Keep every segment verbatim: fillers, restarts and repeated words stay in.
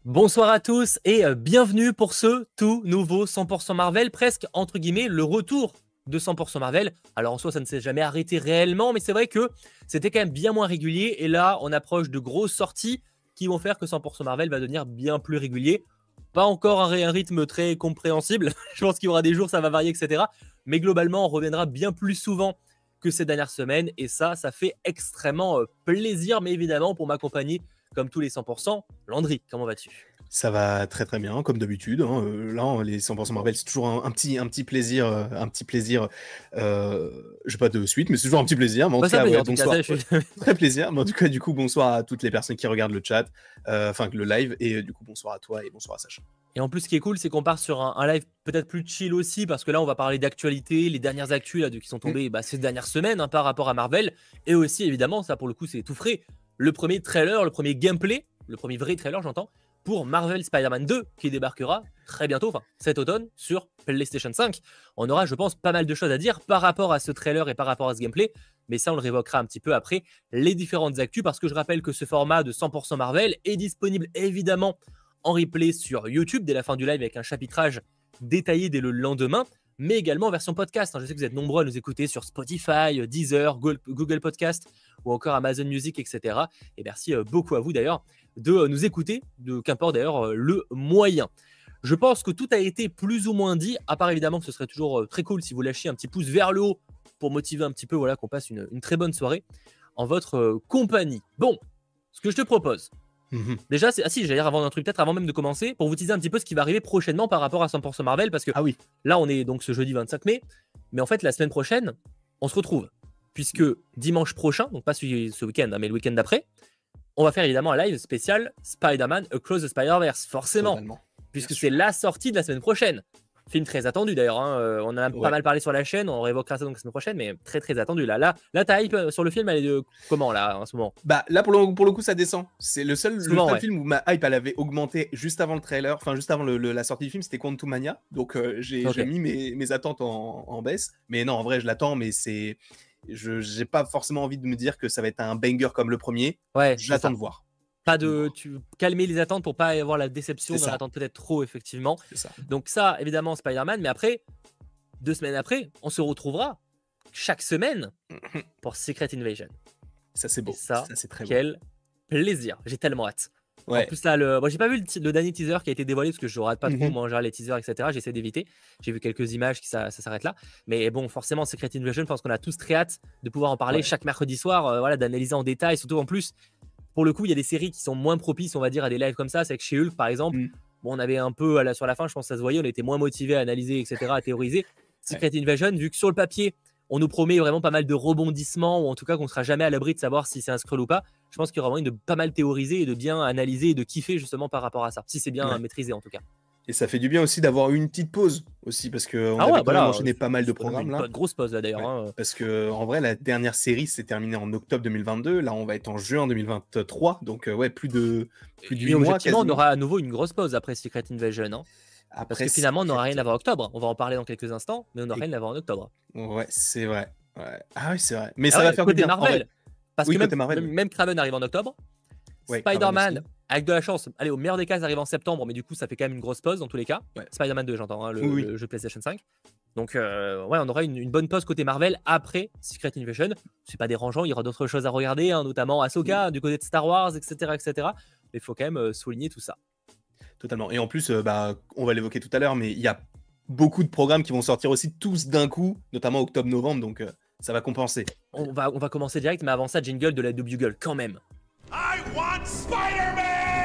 Bonsoir à tous et euh, bienvenue pour ce tout nouveau cent pour cent Marvel, presque entre guillemets le retour de cent pour cent Marvel. Alors en soi ça ne s'est jamais arrêté réellement, mais c'est vrai que c'était quand même bien moins régulier et là on approche de grosses sorties qui vont faire que cent pour cent Marvel va devenir bien plus régulier. Pas encore un, un rythme très compréhensible, je pense qu'il y aura des jours ça va varier et cetera. Mais globalement on reviendra bien plus souvent que ces dernières semaines et ça, ça fait extrêmement euh, plaisir, mais évidemment pour m'accompagner comme tous les cent pour cent, Landry, comment vas-tu? Ça va très très bien, comme d'habitude. Hein. Euh, là, on- les cent pour cent Marvel, c'est toujours un, un petit, un petit plaisir, euh, un petit plaisir. Euh, je n'ai pas de suite, mais c'est toujours un petit plaisir. Mais en Bah, tout ça cas, plaît, ouais, en tout cas, bonsoir. ça, je Ouais, suis- très plaisir. Mais en tout cas, du coup, bonsoir à toutes les personnes qui regardent le chat, euh, enfin le live, et euh, du coup, bonsoir à toi et bonsoir à Sacha. Et en plus, ce qui est cool, c'est qu'on part sur un, un live peut-être plus chill aussi, parce que là, on va parler d'actualité, les dernières actus là, de- qui sont Mm. tombées bah, ces dernières semaines hein, par rapport à Marvel. Et aussi, évidemment, ça pour le coup, c'est tout frais. Le premier trailer, le premier gameplay, le premier vrai trailer, j'entends, pour Marvel Spider-Man deux, qui débarquera très bientôt, enfin cet automne, sur PlayStation cinq. On aura, je pense, pas mal de choses à dire par rapport à ce trailer et par rapport à ce gameplay. Mais ça, on le révoquera un petit peu après les différentes actus, parce que je rappelle que ce format de cent pour cent Marvel est disponible évidemment en replay sur YouTube dès la fin du live avec un chapitrage détaillé dès le lendemain, mais également en version podcast. Je sais que vous êtes nombreux à nous écouter sur Spotify, Deezer, Google Podcast ou encore Amazon Music, et cetera. Et merci beaucoup à vous d'ailleurs de nous écouter, de qu'importe d'ailleurs le moyen. Je pense que tout a été plus ou moins dit, à part évidemment que ce serait toujours très cool si vous lâchiez un petit pouce vers le haut pour motiver un petit peu, voilà, qu'on passe une, une très bonne soirée en votre compagnie. Bon, ce que je te propose, Mhm. déjà, c'est... ah si, j'allais dire avant un truc, peut-être avant même de commencer, pour vous teaser un petit peu ce qui va arriver prochainement par rapport à cent pour cent Marvel, parce que Ah oui. là, on est donc ce jeudi vingt-cinq mai, mais en fait, la semaine prochaine, on se retrouve, puisque dimanche prochain, donc pas ce, ce week-end, hein, mais le week-end d'après, on va faire évidemment un live spécial Spider-Man Across the Spider-Verse, forcément, Totalement. puisque c'est la sortie de la semaine prochaine. Film très attendu d'ailleurs, hein. euh, on en a Ouais. pas mal parlé sur la chaîne, on réévoquera ça donc la semaine prochaine, mais très très attendu. Là, là, là ta hype sur le film, elle est de comment là en ce moment? Bah là pour le, pour le coup ça descend. C'est le seul, Souvent, le seul ouais. film où ma hype elle avait augmenté juste avant le trailer, enfin juste avant le, le- la sortie du film, c'était Quantum Mania. Donc euh, j'ai Ok. j'ai mis mes, mes attentes en, en baisse. Mais non, en vrai je l'attends, mais c'est, je j'ai pas forcément envie de me dire que ça va être un banger comme le premier. Ouais, c'est J'attends ça. de voir. Pas J'attends de de voir. tu calmer les attentes pour pas avoir la déception C'est d'en ça. attendre peut-être trop effectivement. C'est ça. Donc ça évidemment Spider-Man, mais après deux semaines après, on se retrouvera chaque semaine pour Secret Invasion. Ça c'est Et beau. ça, Ça c'est très beau. quel plaisir. J'ai tellement hâte. En Ouais. plus là, le... bon, j'ai pas vu le, le dernier teaser qui a été dévoilé parce que je rate pas trop Mhm. moi en général les teasers et cetera. J'essaie d'éviter. J'ai vu quelques images qui ça, ça s'arrête là. Mais bon, forcément Secret Invasion, je pense qu'on a tous très hâte de pouvoir en parler Ouais. chaque mercredi soir, euh, voilà, d'analyser en détail. Surtout en plus, pour le coup, il y a des séries qui sont moins propices, on va dire, à des lives comme ça. C'est que chez Hulk, par exemple, Mm. bon, on avait un peu, à la, sur la fin, je pense que ça se voyait, on était moins motivé à analyser, et cetera, à théoriser. Secret Invasion, vu que sur le papier, on nous promet vraiment pas mal de rebondissements, ou en tout cas qu'on ne sera jamais à l'abri de savoir si c'est un scroll ou pas, je pense qu'il y aura moyen de pas mal théoriser et de bien analyser et de kiffer justement par rapport à ça, si c'est bien Ouais. maîtrisé en tout cas. Et ça fait du bien aussi d'avoir une petite pause aussi, parce qu'on Ah avait ouais, quand voilà, même enchaîné pas mal de c'est quand même programmes une là. bonne grosse pause là d'ailleurs. Ouais. hein. Parce que en vrai, la dernière série s'est terminée en octobre deux mille vingt-deux. Là, on va être en juin deux mille vingt-trois. Donc, euh, ouais, plus de plus de Et huit mois objectivement, on quasiment. aura à nouveau une grosse pause après Secret Invasion. hein. Parce Après, que finalement, on n'aura rien Secret- à voir en octobre. On va en parler dans quelques instants, mais on n'aura Et- rien à voir en octobre. Ouais, c'est vrai. Ouais. Ah oui, c'est vrai. Mais Ah ça va ouais, faire du côté bien. En vrai. Marvel. Parce Oui, que même, côté Marvel. même, oui. même Kraven arrive en octobre. Ouais, Kraven Spider-Man, aussi. avec de la chance, allez, au meilleur des cas, ça arrive en septembre, mais du coup, ça fait quand même une grosse pause dans tous les cas. Ouais. Spider-Man deux, j'entends, hein, le, Oui, oui. le jeu PlayStation cinq. Donc, euh, ouais, on aura une, une bonne pause côté Marvel après Secret Invasion. C'est pas dérangeant, il y aura d'autres choses à regarder, hein, notamment Ahsoka, du côté de Star Wars, et cetera, et cetera. Mais il faut quand même euh, souligner tout ça. Totalement. Et en plus, euh, bah, on va l'évoquer tout à l'heure, mais il y a beaucoup de programmes qui vont sortir aussi tous d'un coup, notamment octobre-novembre. Donc, euh, ça va compenser. On va, on va commencer direct, mais avant ça, jingle de la Bugle, quand même. I want Spider-Man!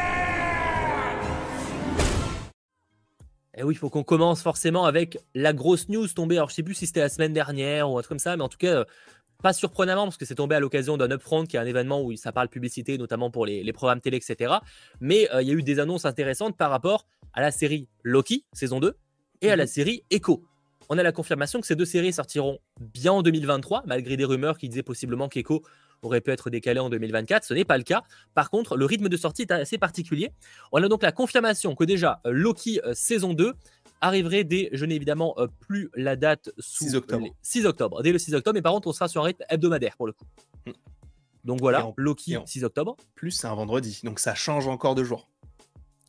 Et oui, il faut qu'on commence forcément avec la grosse news tombée. Alors, je sais plus si c'était la semaine dernière ou un truc comme ça, mais en tout cas, euh, pas surprenamment, parce que c'est tombé à l'occasion d'un Upfront, qui est un événement où ça parle publicité, notamment pour les, les programmes télé, et cetera. Mais euh, il y a eu des annonces intéressantes par rapport à la série Loki, saison deux, et à la Mhm. série Echo. On a la confirmation que ces deux séries sortiront bien en deux mille vingt-trois, malgré des rumeurs qui disaient possiblement qu'Echo aurait pu être décalé en deux mille vingt-quatre. Ce n'est pas le cas. Par contre, le rythme de sortie est assez particulier. On a donc la confirmation que déjà euh, Loki euh, saison deux arriverait dès, je n'ai évidemment euh, plus la date, sous six octobre. les- six octobre, dès le six octobre, mais par contre on sera sur un rythme hebdomadaire pour le coup. Mm. Donc Et voilà, en- Loki et en- six octobre. Plus, c'est un vendredi. Donc, ça change encore de jour.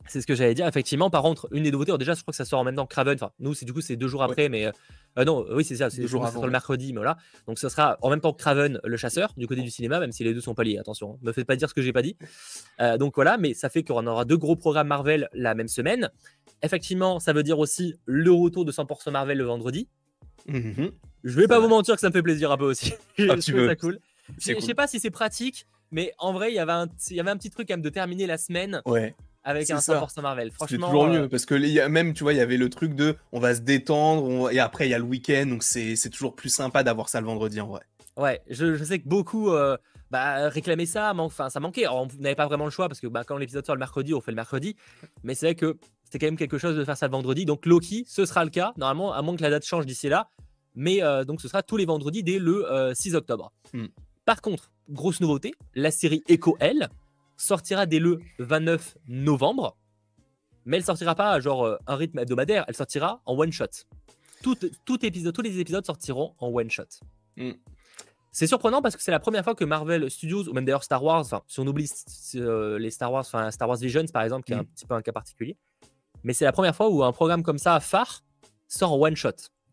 C'est ce que j'allais dire. Effectivement, par contre, une des nouveautés, alors déjà, je crois que ça sort en même temps que Kraven. Enfin, nous, c'est du coup, c'est deux jours après, ouais. mais euh, non, oui, c'est ça. C'est deux jours avant. Ça sort le mercredi, mais voilà. Donc, ça sera en même temps que Kraven, le chasseur, du côté du cinéma, même si les deux sont pas liés. Attention, ne me faites pas dire ce que j'ai pas dit. Euh, donc voilà, mais ça fait qu'on aura deux gros programmes Marvel la même semaine. Effectivement, ça veut dire aussi le retour de cent pour cent Marvel le vendredi. Mm-hmm. Je vais ça pas va. vous mentir que ça me fait plaisir un peu aussi. Ah, je tu trouve veux. ça cool. C'est Je cool. sais pas si c'est pratique, mais en vrai, il y avait un, il y avait un petit truc quand même de terminer la semaine. Ouais. Avec c'est un ça. cent pour cent Marvel. Franchement, c'est toujours mieux euh... parce que y a, même, tu vois, il y avait le truc de on va se détendre on, et après il y a le week-end, donc c'est toujours plus sympa d'avoir ça le vendredi en vrai. Ouais, je, je sais que beaucoup euh, bah, réclamaient ça, enfin ça manquait. Alors, on n'avait pas vraiment le choix parce que bah, quand l'épisode sort le mercredi, on fait le mercredi. Mais c'est vrai que c'était quand même quelque chose de faire ça le vendredi. Donc Loki, ce sera le cas normalement, à moins que la date change d'ici là. Mais euh, donc ce sera tous les vendredis dès le euh, six octobre. Mm. Par contre, grosse nouveauté, la série Echo, elle, sortira dès le vingt-neuf novembre. Mais elle sortira pas à genre euh, un rythme hebdomadaire, elle sortira en one shot. Tout, tout épisode, tous les épisodes sortiront en one shot. Mm. C'est surprenant parce que c'est la première fois que Marvel Studios, ou même d'ailleurs Star Wars, enfin si on oublie euh, les Star Wars, enfin Star Wars Visions par exemple, qui mm. est un petit peu un cas particulier, mais c'est la première fois où un programme comme ça, phare, sort en one shot.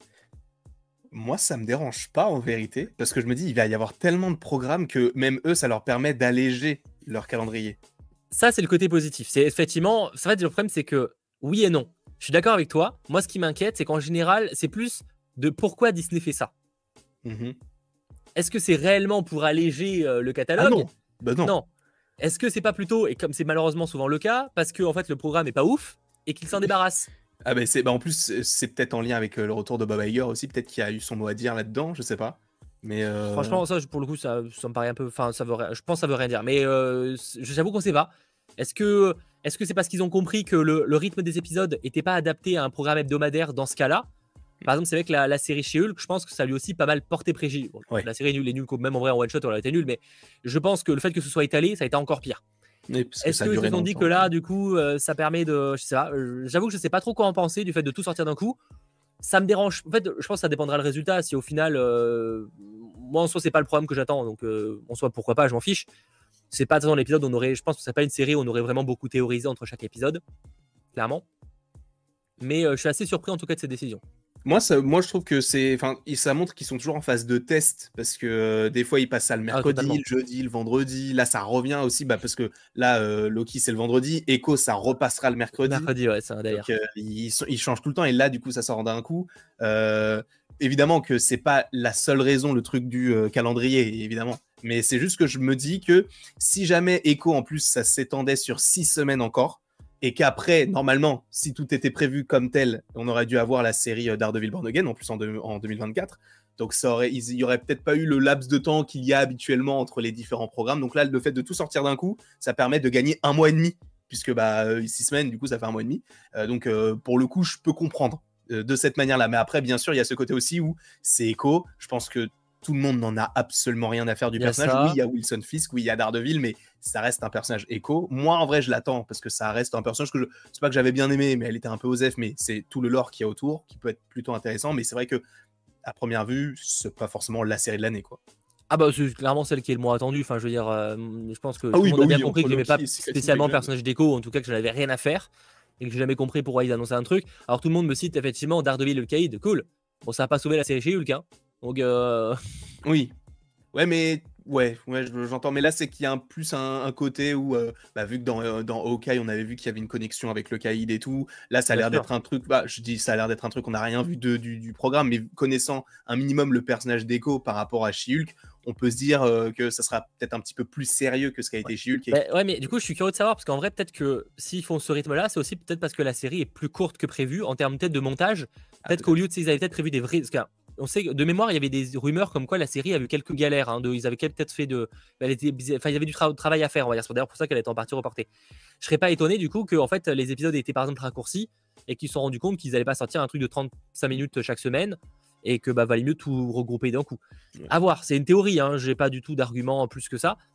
Moi, ça me dérange pas en vérité, parce que je me dis, il va y avoir tellement de programmes que même eux, ça leur permet d'alléger leur calendrier. Ça, c'est le côté positif. C'est effectivement, en fait, le problème, c'est que oui et non. Je suis d'accord avec toi. Moi, ce qui m'inquiète, c'est qu'en général, c'est plus de pourquoi Disney fait ça. Mm-hmm. Est-ce que c'est réellement pour alléger euh, le catalogue? Ah non. Bah non. Non. Est-ce que c'est pas plutôt, et comme c'est malheureusement souvent le cas, parce que en fait le programme est pas ouf et qu'il s'en débarrasse? Ah bah c'est, bah en plus c'est peut-être en lien avec euh, le retour de Bob Iger aussi, peut-être qu'il a eu son mot à dire là-dedans, je sais pas. Mais euh... franchement, ça pour le coup, ça, ça me paraît un peu, enfin ça veut, je pense que ça veut rien dire. Mais euh, j'avoue qu'on sait pas. Est-ce que, est-ce que c'est parce qu'ils ont compris que le, le rythme des épisodes était pas adapté à un programme hebdomadaire dans ce cas-là? Par exemple, c'est vrai que la, la série She-Hulk, je pense que ça lui aussi pas mal porté préjudice. Bon, ouais. La série est nulle, est nulle, même en vrai en one shot, elle a été nulle, mais je pense que le fait que ce soit étalé, ça a été encore pire. Est-ce qu'ils se sont dit que là, du coup, euh, ça permet de, je sais pas, euh, j'avoue que je sais pas trop quoi en penser du fait de tout sortir d'un coup. Ça me dérange. En fait, je pense que ça dépendra le résultat. Si au final, euh, moi en soi, c'est pas le programme que j'attends, donc euh, en soi, pourquoi pas, je m'en fiche. C'est pas dans l'épisode, on aurait, je pense que c'est pas une série où on aurait vraiment beaucoup théorisé entre chaque épisode, clairement. Mais euh, je suis assez surpris en tout cas de cette décision. Moi, ça, moi, je trouve que c'est, enfin, ça montre qu'ils sont toujours en phase de test parce que euh, des fois ils passent ça le mercredi, ah, le jeudi, le vendredi. Là, ça revient aussi, bah, parce que là, euh, Loki c'est le vendredi, Echo ça repassera le mercredi. Mercredi, ouais, c'est d'ailleurs. Euh, ils, ils changent tout le temps et là, du coup, ça sort d'un coup. Euh, évidemment que c'est pas la seule raison, le truc du euh, calendrier, évidemment. Mais c'est juste que je me dis que si jamais Echo en plus ça s'étendait sur six semaines encore. Et qu'après, normalement, si tout était prévu comme tel, on aurait dû avoir la série Daredevil Born Again, en plus en, de, en deux mille vingt-quatre. Donc, ça aurait, il n'y aurait peut-être pas eu le laps de temps qu'il y a habituellement entre les différents programmes. Donc là, le fait de tout sortir d'un coup, ça permet de gagner un mois et demi, puisque bah, six semaines, du coup, ça fait un mois et demi. Euh, donc, euh, pour le coup, je peux comprendre euh, de cette manière-là. Mais après, bien sûr, il y a ce côté aussi où c'est Echo. Je pense que tout le monde n'en a absolument rien à faire du personnage. Oui, il y a Wilson Fisk, oui, il y a Daredevil, mais ça reste un personnage Echo. Moi, en vrai, je l'attends parce que ça reste un personnage que je... c'est pas que j'avais bien aimé, mais elle était un peu osef, mais c'est tout le lore qu'il y a autour qui peut être plutôt intéressant. Mais c'est vrai que à première vue, c'est pas forcément la série de l'année, quoi. Ah bah c'est clairement celle qui est le moins attendue. Enfin, je veux dire, euh, je pense que ah tout oui, le monde bah a bien oui, compris que j'aimais pas Loki, spécialement le personnage d'Echo, en tout cas que je n'avais rien à faire et que j'ai jamais compris pourquoi ils annonçaient un truc. Alors tout le monde me cite effectivement Daredevil le Caïd, cool. Bon, ça a pas sauvé la série chez Hulk, hein. Donc euh... oui. Ouais, mais ouais, ouais, j'entends. Mais là, c'est qu'il y a un, plus un, un côté où, euh, bah, vu que dans, euh, dans Hawkeye, on avait vu qu'il y avait une connexion avec le Caïd et tout. Là, ça a l'air d'être un truc. Bah, je dis, ça a l'air d'être un truc. On n'a rien vu de, du, du programme, mais connaissant un minimum le personnage d'Echo par rapport à She-Hulk, on peut se dire euh, que ça sera peut-être un petit peu plus sérieux que ce qu'a été ouais. She-Hulk. Et... Bah, ouais, mais du coup, je suis curieux de savoir parce qu'en vrai, peut-être que s'ils font ce rythme-là, c'est aussi peut-être parce que la série est plus courte que prévu en termes peut-être de montage. Peut-être ah, qu'au lieu de ça, ils avaient peut-être prévu des vrais. On sait que de mémoire, il y avait des rumeurs comme quoi la série avait eu quelques galères. Hein, de, ils avaient peut-être fait de. Elle était, enfin, il y avait du tra- travail à faire, on va dire. C'est d'ailleurs pour ça qu'elle est en partie reportée. Je serais pas étonné du coup que en fait, les épisodes étaient par exemple raccourcis et qu'ils se sont rendus compte qu'ils n'allaient pas sortir un truc de trente-cinq minutes chaque semaine et que bah, valait mieux tout regrouper d'un coup. Ouais. À voir, c'est une théorie, hein, j'ai pas du tout d'argument plus que ça.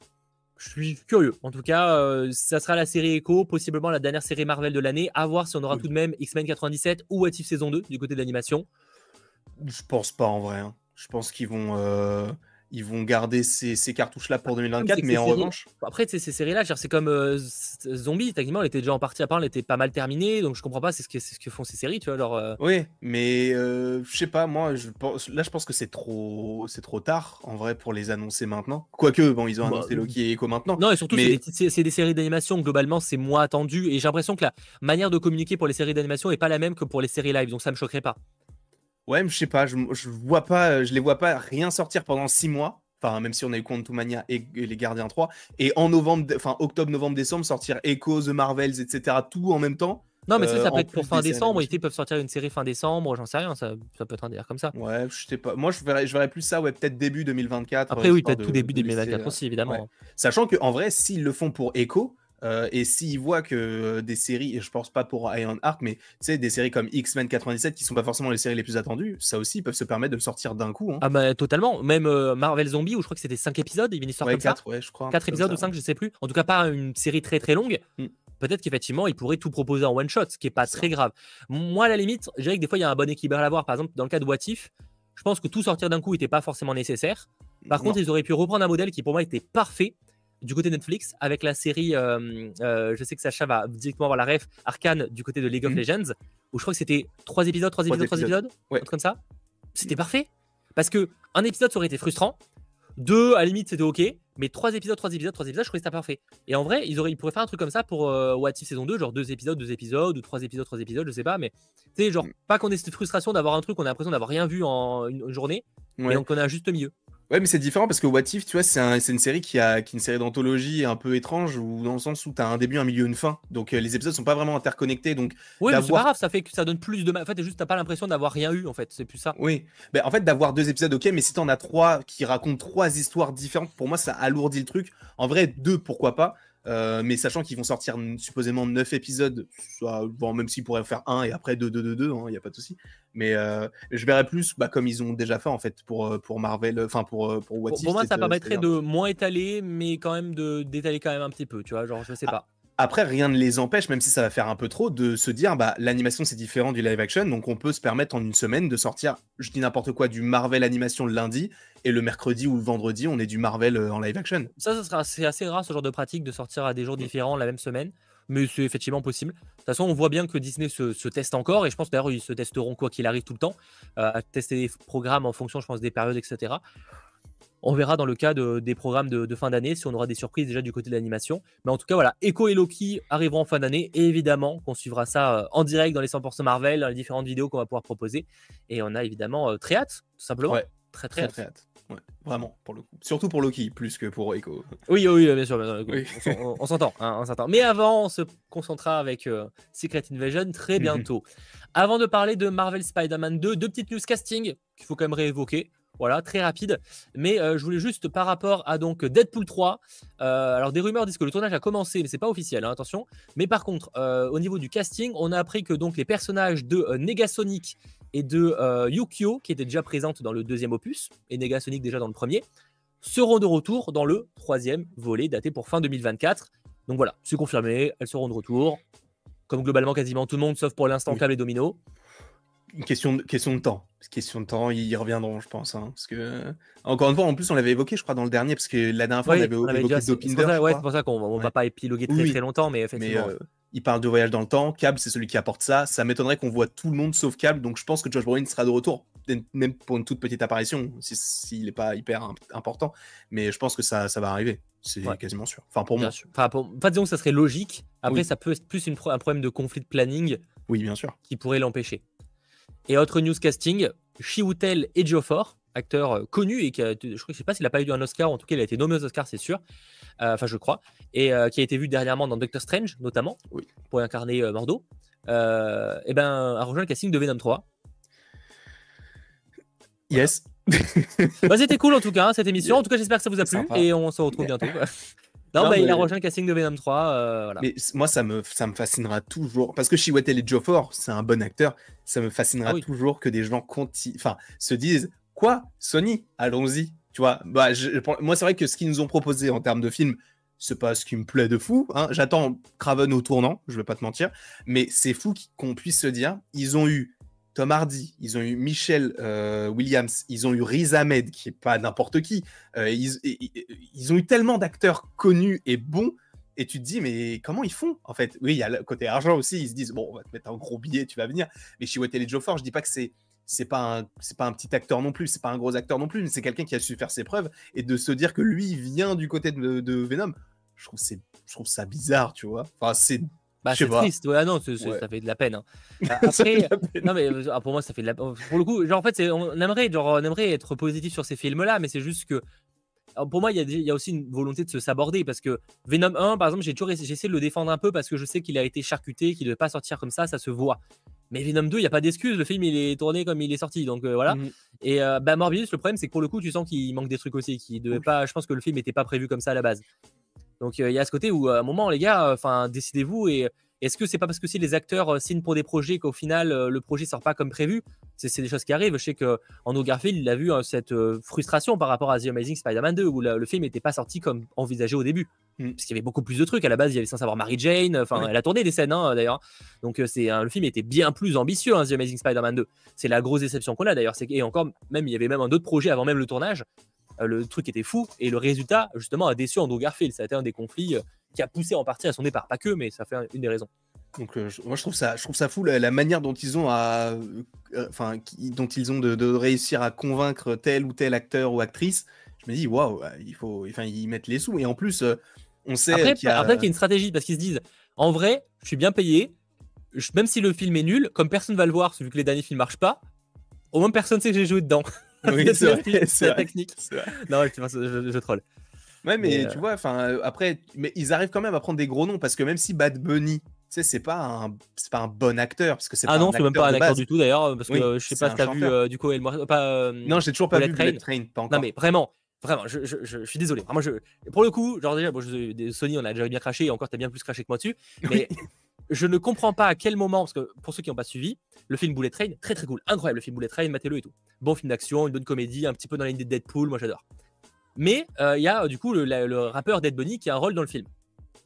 Je suis curieux. En tout cas, euh, ça sera la série Echo, possiblement la dernière série Marvel de l'année. À voir si on aura oui. tout de même X-Men quatre-vingt-dix-sept ou What If saison deux du côté de l'animation. Je pense pas en vrai. Hein. Je pense qu'ils vont, euh... ils vont garder ces, ces cartouches-là pour deux mille vingt-quatre, c'est que mais ces en séries- revanche, Après, tu sais, ces séries-là, je veux dire, c'est comme euh, Z- Zombie, techniquement, elle était déjà en partie à part, elle était pas mal terminée, donc je comprends pas, c'est ce que, c'est ce que font ces séries, tu vois. Genre, euh, oui, mais euh, je sais pas, moi, je pense, là, je pense que c'est trop, c'est trop tard, en vrai, pour les annoncer maintenant. Quoique, bon, ils ont Bah, annoncé Loki et Echo maintenant. Non, et surtout, c'est mais des, petites sé- c'est des séries d'animation, globalement, c'est moins attendu, et j'ai l'impression que la manière de communiquer pour les séries d'animation est pas la même que pour les séries live, donc ça me choquerait pas. ouais, mais je sais pas, je, je vois pas, je les vois pas rien sortir pendant six mois. Enfin, même si on a eu Quantumania et, et les Gardiens trois, et en novembre, enfin octobre, novembre, décembre, sortir Echo, The Marvels, et cetera, tout en même temps. Non, mais tu sais, euh, ça peut en être pour plus fin des séries décembre, d'animation. ils peuvent sortir une série fin décembre, j'en sais rien, ça, ça peut être un délire comme ça. Ouais, je sais pas. Moi, je verrais, je verrais plus ça, ouais, peut-être début deux mille vingt-quatre. Après, euh, oui, histoire peut-être de, tout début de deux mille vingt-quatre laisser, aussi, euh, évidemment. ouais. Sachant qu'en vrai, s'ils le font pour Echo, euh, et s'ils voient que euh, des séries, et je pense pas pour Ironheart, mais tu sais, des séries comme X-Men quatre-vingt-dix-sept, qui sont pas forcément les séries les plus attendues, ça aussi, ils peuvent se permettre de le sortir d'un coup. Hein. Ah bah totalement, même euh, Marvel Zombie où je crois que c'était cinq épisodes, il y avait une histoire Ouais, comme ça. quatre, ouais, je crois. un quatre truc comme épisodes ou ça, cinq, je sais plus. En tout cas, pas une série très très longue. Mm. Peut-être qu'effectivement, ils pourraient tout proposer en one shot, ce qui est pas C'est très ça. grave. Moi, à la limite, je dirais que des fois, il y a un bon équilibre à l'avoir. Par exemple, dans le cas de What If, je pense que tout sortir d'un coup n'était pas forcément nécessaire. Par Non. contre, ils auraient pu reprendre un modèle qui pour moi était parfait du côté de Netflix avec la série. euh, euh, je sais que Sacha va directement voir la ref Arcane du côté de League of Mhm. Legends, où je crois que c'était trois épisodes, trois Trois épisodes, trois épisodes. épisodes, Ouais. un truc comme ça. C'était parfait parce que un épisode ça aurait été frustrant. Deux, à la limite, c'était ok. Mais trois épisodes, trois épisodes, trois épisodes, je trouvais que c'était parfait. Et en vrai, ils, auraient, ils pourraient faire un truc comme ça pour euh, What If saison deux, genre deux épisodes, deux épisodes, ou trois épisodes, trois épisodes, je sais pas. Mais tu sais, genre, Mm. pas qu'on ait cette frustration d'avoir un truc, on a l'impression d'avoir rien vu en une, une journée. Ouais. Et donc, on a un juste milieu. Ouais, mais c'est différent parce que What If, tu vois, c'est un- c'est une série qui, a, qui est une série d'anthologie un peu étrange, où, dans le sens où tu as un début, un milieu, une fin. Donc euh, les épisodes sont pas vraiment interconnectés. Donc Oui, mais c'est pas d'avoir. grave, ça fait que ça donne plus de mal. En fait, c'est juste, t'as pas l'impression d'avoir rien eu, en fait. C'est plus ça. Oui, ben, en fait, d'avoir deux épisodes, ok, mais si t'en as trois qui racontent trois histoires différentes, pour moi, ça alourdit le truc. En vrai, deux, pourquoi pas, euh, mais sachant qu'ils vont sortir n- supposément neuf épisodes, soit, bon, même s'ils pourraient en faire un et après deux, deux, deux, deux, il n'y a pas de souci. Mais euh, je verrais plus, bah, comme ils ont déjà fait, en fait, pour, euh, pour Marvel, enfin, pour, euh, pour What Pour, If. pour moi, ça c'est- permettrait c'est-à-dire- de moins étaler, mais quand même de d'étaler quand même un petit peu, tu vois. Genre, je sais Ah, pas. Après, rien ne les empêche, même si ça va faire un peu trop, de se dire, bah, l'animation c'est différent du live action, donc on peut se permettre en une semaine de sortir, je dis n'importe quoi, du Marvel animation le lundi, et le mercredi ou le vendredi, on est du Marvel euh, en live action. Ça, ça sera, c'est assez rare ce genre de pratique de sortir à des jours différents la même semaine, mais c'est effectivement possible. De toute façon, on voit bien que Disney se, se teste encore, et je pense d'ailleurs ils se testeront quoi qu'il arrive tout le temps, euh, à tester des programmes en fonction, je pense, des périodes, et cetera. On verra dans le cas de- des programmes de, de fin d'année si on aura des surprises déjà du côté de l'animation. Mais en tout cas, voilà, Echo et Loki arriveront en fin d'année, et évidemment qu'on suivra ça euh, en direct dans les cent pour cent Marvel, dans les différentes vidéos qu'on va pouvoir proposer. Et on a évidemment euh, très hâte, tout simplement. Ouais, Très très très hâte. très hâte. Ouais, vraiment, pour le coup. Surtout pour Loki, plus que pour Echo. Oui, oui, bien sûr, bien sûr, Oui. on s'en- on, on s'entend, hein, on s'entend. Mais avant, on se concentrera avec euh, Secret Invasion très bientôt. Avant de parler de Marvel Spider-Man deux, deux petites news casting qu'il faut quand même réévoquer. Voilà, très rapide. Mais euh, je voulais juste par rapport à donc Deadpool trois. euh, alors des rumeurs disent que le tournage a commencé, mais c'est pas officiel, hein, attention. Mais par contre, euh, au niveau du casting, on a appris que donc les personnages de euh, Negasonic et de euh, Yukio, qui étaient déjà présentes dans le deuxième opus, et Negasonic déjà dans le premier, seront de retour dans le troisième volet daté pour fin deux mille vingt-quatre. Donc voilà, c'est confirmé, elles seront de retour. Comme globalement quasiment tout le monde, sauf pour l'instant Oui. Cable et Domino. Une question de, question de temps. Question de temps, ils y reviendront, je pense. Hein, parce que, encore une fois, en plus, on l'avait évoqué, je crois, dans le dernier, parce que la dernière fois, Oui, on avait on avait évoqué déjà- c'est- c'est Dopinder. pour ça, je ouais, crois. c'est pour ça qu'on on va Ouais. pas épiloguer très Oui, très longtemps, mais Mais effectivement. euh, il parle de voyage dans le temps. Cable, c'est celui qui apporte ça. Ça m'étonnerait qu'on voit tout le monde sauf Cable. Donc je pense que Josh Brolin sera de retour, même pour une toute petite apparition, s'il si, n'est pas hyper im- important. Mais je pense que ça, ça va arriver. C'est Ouais. quasiment sûr. Enfin, pour Bien moi. sûr. Enfin, pour... enfin, disons que ça serait logique. Après, Oui. ça peut être plus une pro- un problème de conflit de planning Oui, bien sûr. qui pourrait l'empêcher. Et autre news casting, Chiwetel Ejiofor, acteur euh, connu et qui a, été- je crois, je sais pas s'il a pas eu un Oscar, en tout cas il a été nommé aux Oscars, c'est sûr. Euh, Enfin, je crois. Et euh, qui a été vu dernièrement dans Doctor Strange, notamment, Oui. pour incarner euh, Mordo. Euh, et ben, a rejoint le casting de Venom trois. Yes. Bah, c'était cool en tout cas, hein, cette émission. En tout cas, j'espère que ça vous a plu Sympa. et on se retrouve bientôt. non, Non, bah, il mais- a rejoint le casting de Venom trois. euh, voilà. Mais c- moi, ça me, ça me fascinera toujours. Parce que Chiwetel Ejiofor, c'est un bon acteur. Ça me fascinera Ah oui. toujours que des gens conti... enfin, se disent quoi, Sony, allons-y. Tu vois, bah, je- je- moi, c'est vrai que ce qu'ils nous ont proposé en termes de film, c'est pas ce qui me plaît de fou. Hein. J'attends Craven au tournant, je vais pas te mentir. Mais c'est fou qu'- qu'on puisse se dire, ils ont eu Tom Hardy, ils ont eu Michelle euh, Williams, ils ont eu Riz Ahmed, qui est pas n'importe qui. Euh, ils, ils, ils ont eu tellement d'acteurs connus et bons, et tu te dis, mais comment ils font en fait? Oui, il y a le côté argent aussi, ils se disent, bon, on va te mettre un gros billet, tu vas venir. Mais Chiwetel Ejiofor, je dis pas que c'est c'est pas un c'est pas un petit acteur non plus, c'est pas un gros acteur non plus, mais c'est quelqu'un qui a su faire ses preuves, et de se dire que lui vient du côté de, de Venom, je trouve c'est je trouve ça bizarre, tu vois. Enfin, c'est Bah, je sais c'est pas. triste, ouais, ah non, c'est- c'est- Ouais. ça fait de la peine. hein. Ah, Ça fait de Après, la peine. non mais euh, ah, pour moi ça fait de la pour le coup, genre en fait c'est- on aimerait genre on aimerait être positif sur ces films-là, mais c'est juste que alors, pour moi il y a des- il y a aussi une volonté de se saborder parce que Venom un par exemple, j'ai toujours essayé- j'ai essayé de le défendre un peu parce que je sais qu'il a été charcuté, qu'il ne devait pas sortir comme ça, ça se voit. Mais Venom deux, il n'y a pas d'excuse, le film il est tourné comme il est sorti, donc euh, voilà. Mhm. Et euh, bah, Morbius, le problème c'est que pour le coup tu sens qu'il manque des trucs aussi, qui devait Oui. pas, je pense que le film n'était pas prévu comme ça à la base. Donc euh, il y a ce côté où à un moment les gars, enfin décidez-vous et est-ce que c'est pas parce que si les acteurs euh, signent pour des projets qu'au final euh, le projet sort pas comme prévu? C'est c'est des choses qui arrivent. Je sais que Andrew Garfield il a vu euh, cette euh, frustration par rapport à The Amazing Spider-Man deux où la- le film n'était pas sorti comme envisagé au début. Mm. Parce qu'il y avait beaucoup plus de trucs. À la base, il y avait censé avoir Mary Jane. Enfin, Ouais. elle a tourné des scènes hein, d'ailleurs. Donc euh, c'est un- le film était bien plus ambitieux, hein, The Amazing Spider-Man deux. C'est la grosse déception qu'on a d'ailleurs. C'est que- Et encore, même il y avait même un autre projet avant même le tournage. Euh, le truc était fou et le résultat justement a déçu Andrew Garfield. Ça a été un des conflits euh, qui a poussé en partie à son départ. Pas que, mais ça fait un- une des raisons. Donc euh, je- moi je trouve ça je trouve ça fou la, la manière dont ils ont à euh, enfin qui- dont ils ont de, de réussir à convaincre tel ou tel acteur ou actrice. Je me dis waouh, il faut enfin ils mettent les sous, et en plus euh, on sait Après, qu'il y a après qu'il y a une stratégie parce qu'ils se disent en vrai, je suis bien payé, je- même si le film est nul, comme personne va le voir, vu que les derniers films marchent pas, au moins personne sait que j'ai joué dedans. Oui, C'est c'est vrai, c'est c'est la vrai, technique. c'est vrai. Non, je, je, je troll. Ouais, mais, Mais, tu vois, enfin, euh, après, mais ils arrivent quand même à prendre des gros noms, parce que même si Bad Bunny, tu sais, c'est pas un, c'est pas un bon acteur, parce que c'est Ah pas non, un c'est même pas un de acteur base. du tout d'ailleurs, parce que Oui, euh, je sais c'est pas un si t'as vu chanteur. euh, du coup El Muerto- pas. euh, Non, j'ai toujours pas Bullet vu Train. Bullet Train, pas encore. Non mais vraiment, vraiment, je, je, je, je suis désolé. Vraiment, je, pour le coup, genre déjà, bon, je, des Sony, on a déjà bien craché, et encore t'as bien plus craché que moi dessus. Mais je ne comprends pas à quel moment, parce que pour ceux qui n'ont pas suivi, le film Bullet Train, très très cool, incroyable le film Bullet Train, matez-le et tout. Bon film d'action, une bonne comédie, un petit peu dans la ligne de Deadpool, moi j'adore. Mais il euh, y a du coup le, la, le rappeur Dead Bunny qui a un rôle dans le film.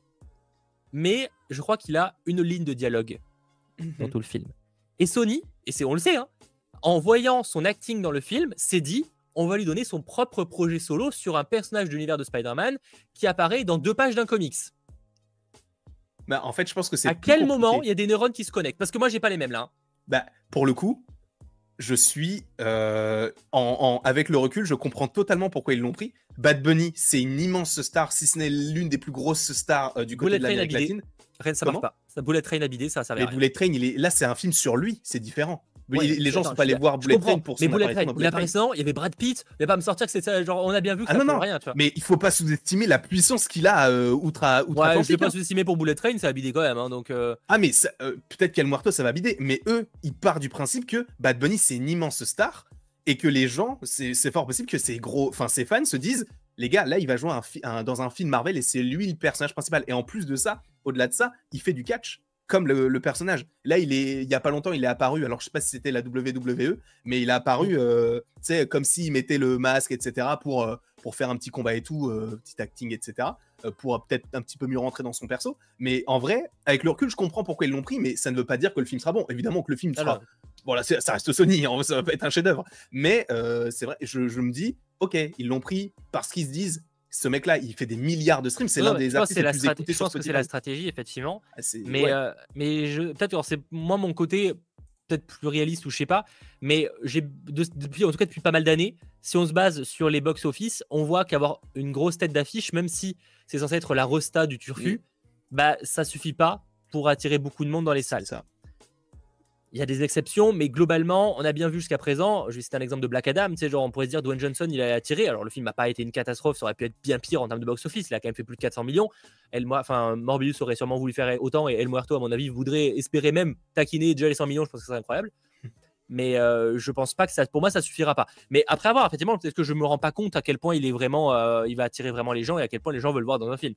Mais je crois qu'il a une ligne de dialogue dans tout le film. Et Sony, et c'est on le sait, hein, en voyant son acting dans le film, s'est dit on va lui donner son propre projet solo sur un personnage de l'univers de Spider-Man qui apparaît dans deux pages d'un comics. Bah, en fait, je pense que c'est À plus quel compliqué. moment il y a des neurones qui se connectent? Parce que moi, j'ai pas les mêmes là. hein. Bah, pour le coup, je suis euh, en, en- avec le recul, je comprends totalement pourquoi ils l'ont pris. Bad Bunny, c'est une immense star, si ce n'est l'une des plus grosses stars euh, du côté Bullet de Train l'Amérique habillé. latine. Rien, ça Comment marche pas. Ça Bullet Train habillé, ça, ça Mais Bullet Train, il est là, c'est un film sur lui, c'est différent. Ouais, les les gens attends, sont pas je suis allés voir je Bullet comprends, Train pour son mais Bullet apparition Train, dans il Bullet Train. apparaissait dedans, il y avait Brad Pitt, mais pas me sortir que c'est ça, genre on a bien vu que Ah ça non, pour non, rien, tu vois. mais il faut pas sous-estimer la puissance qu'il a euh, outre à outre Ouais, je vais pas sous-estimer pour Bullet Train, c'est habillé quand même, hein, donc. euh, Ah mais ça, euh, peut-être qu'El Muerto ça va bider, mais eux ils partent du principe que Bad Bunny c'est une immense star et que les gens, c'est c'est fort possible que ces gros, enfin ces fans se disent les gars là il va jouer un fi- un- dans un film Marvel et c'est lui le personnage principal, et en plus de ça, au-delà de ça, il fait du catch comme le, le personnage. Là il est, il y a pas longtemps il est apparu, alors je sais pas si c'était la W W E, mais il est apparu, euh, tu sais, comme s'il mettait le masque et cetera pour euh, pour faire un petit combat et tout, euh, petit acting et cetera euh, pour euh, peut-être un petit peu mieux rentrer dans son perso. Mais en vrai, avec le recul, je comprends pourquoi ils l'ont pris, mais ça ne veut pas dire que le film sera bon. Évidemment que le film sera. Alors. Voilà, c'est- ça reste Sony, hein, ça va pas être un chef-d'œuvre. Mais euh, c'est vrai, je, je me dis, ok, ils l'ont pris parce qu'ils se disent, ce mec-là, il fait des milliards de streams, c'est Ouais, l'un ouais, des je pense que artistes c'est les la plus strate- écoutés je sur pense que c'est Spotify. la stratégie, effectivement. Ah, c'est- Mais, ouais. euh, mais je, peut-être alors, c'est moi mon côté peut-être plus réaliste ou je sais pas, mais j'ai de- depuis en tout cas depuis pas mal d'années, si on se base sur les box-office, on voit qu'avoir une grosse tête d'affiche, même si c'est censé être la resta du turfu, Mm. bah ça suffit pas pour attirer beaucoup de monde dans les salles. C'est ça. Il y a des exceptions, mais globalement, on a bien vu jusqu'à présent. Je vais citer un exemple de Black Adam. Tu sais, genre, on pourrait se dire Dwayne Johnson, il a attiré. Alors, le film n'a pas été une catastrophe, ça aurait pu être bien pire en termes de box-office. Il a quand même fait plus de quatre cents millions. El, enfin, Morbius aurait sûrement voulu faire autant, et El Muerto, à mon avis, voudrait espérer même taquiner déjà les cent millions. Je pense que c'est incroyable. Mais euh, je pense pas que ça, pour moi, ça suffira pas. Mais après avoir, effectivement, peut-être que je me rends pas compte à quel point il est vraiment, euh, il va attirer vraiment les gens et à quel point les gens veulent le voir dans un film.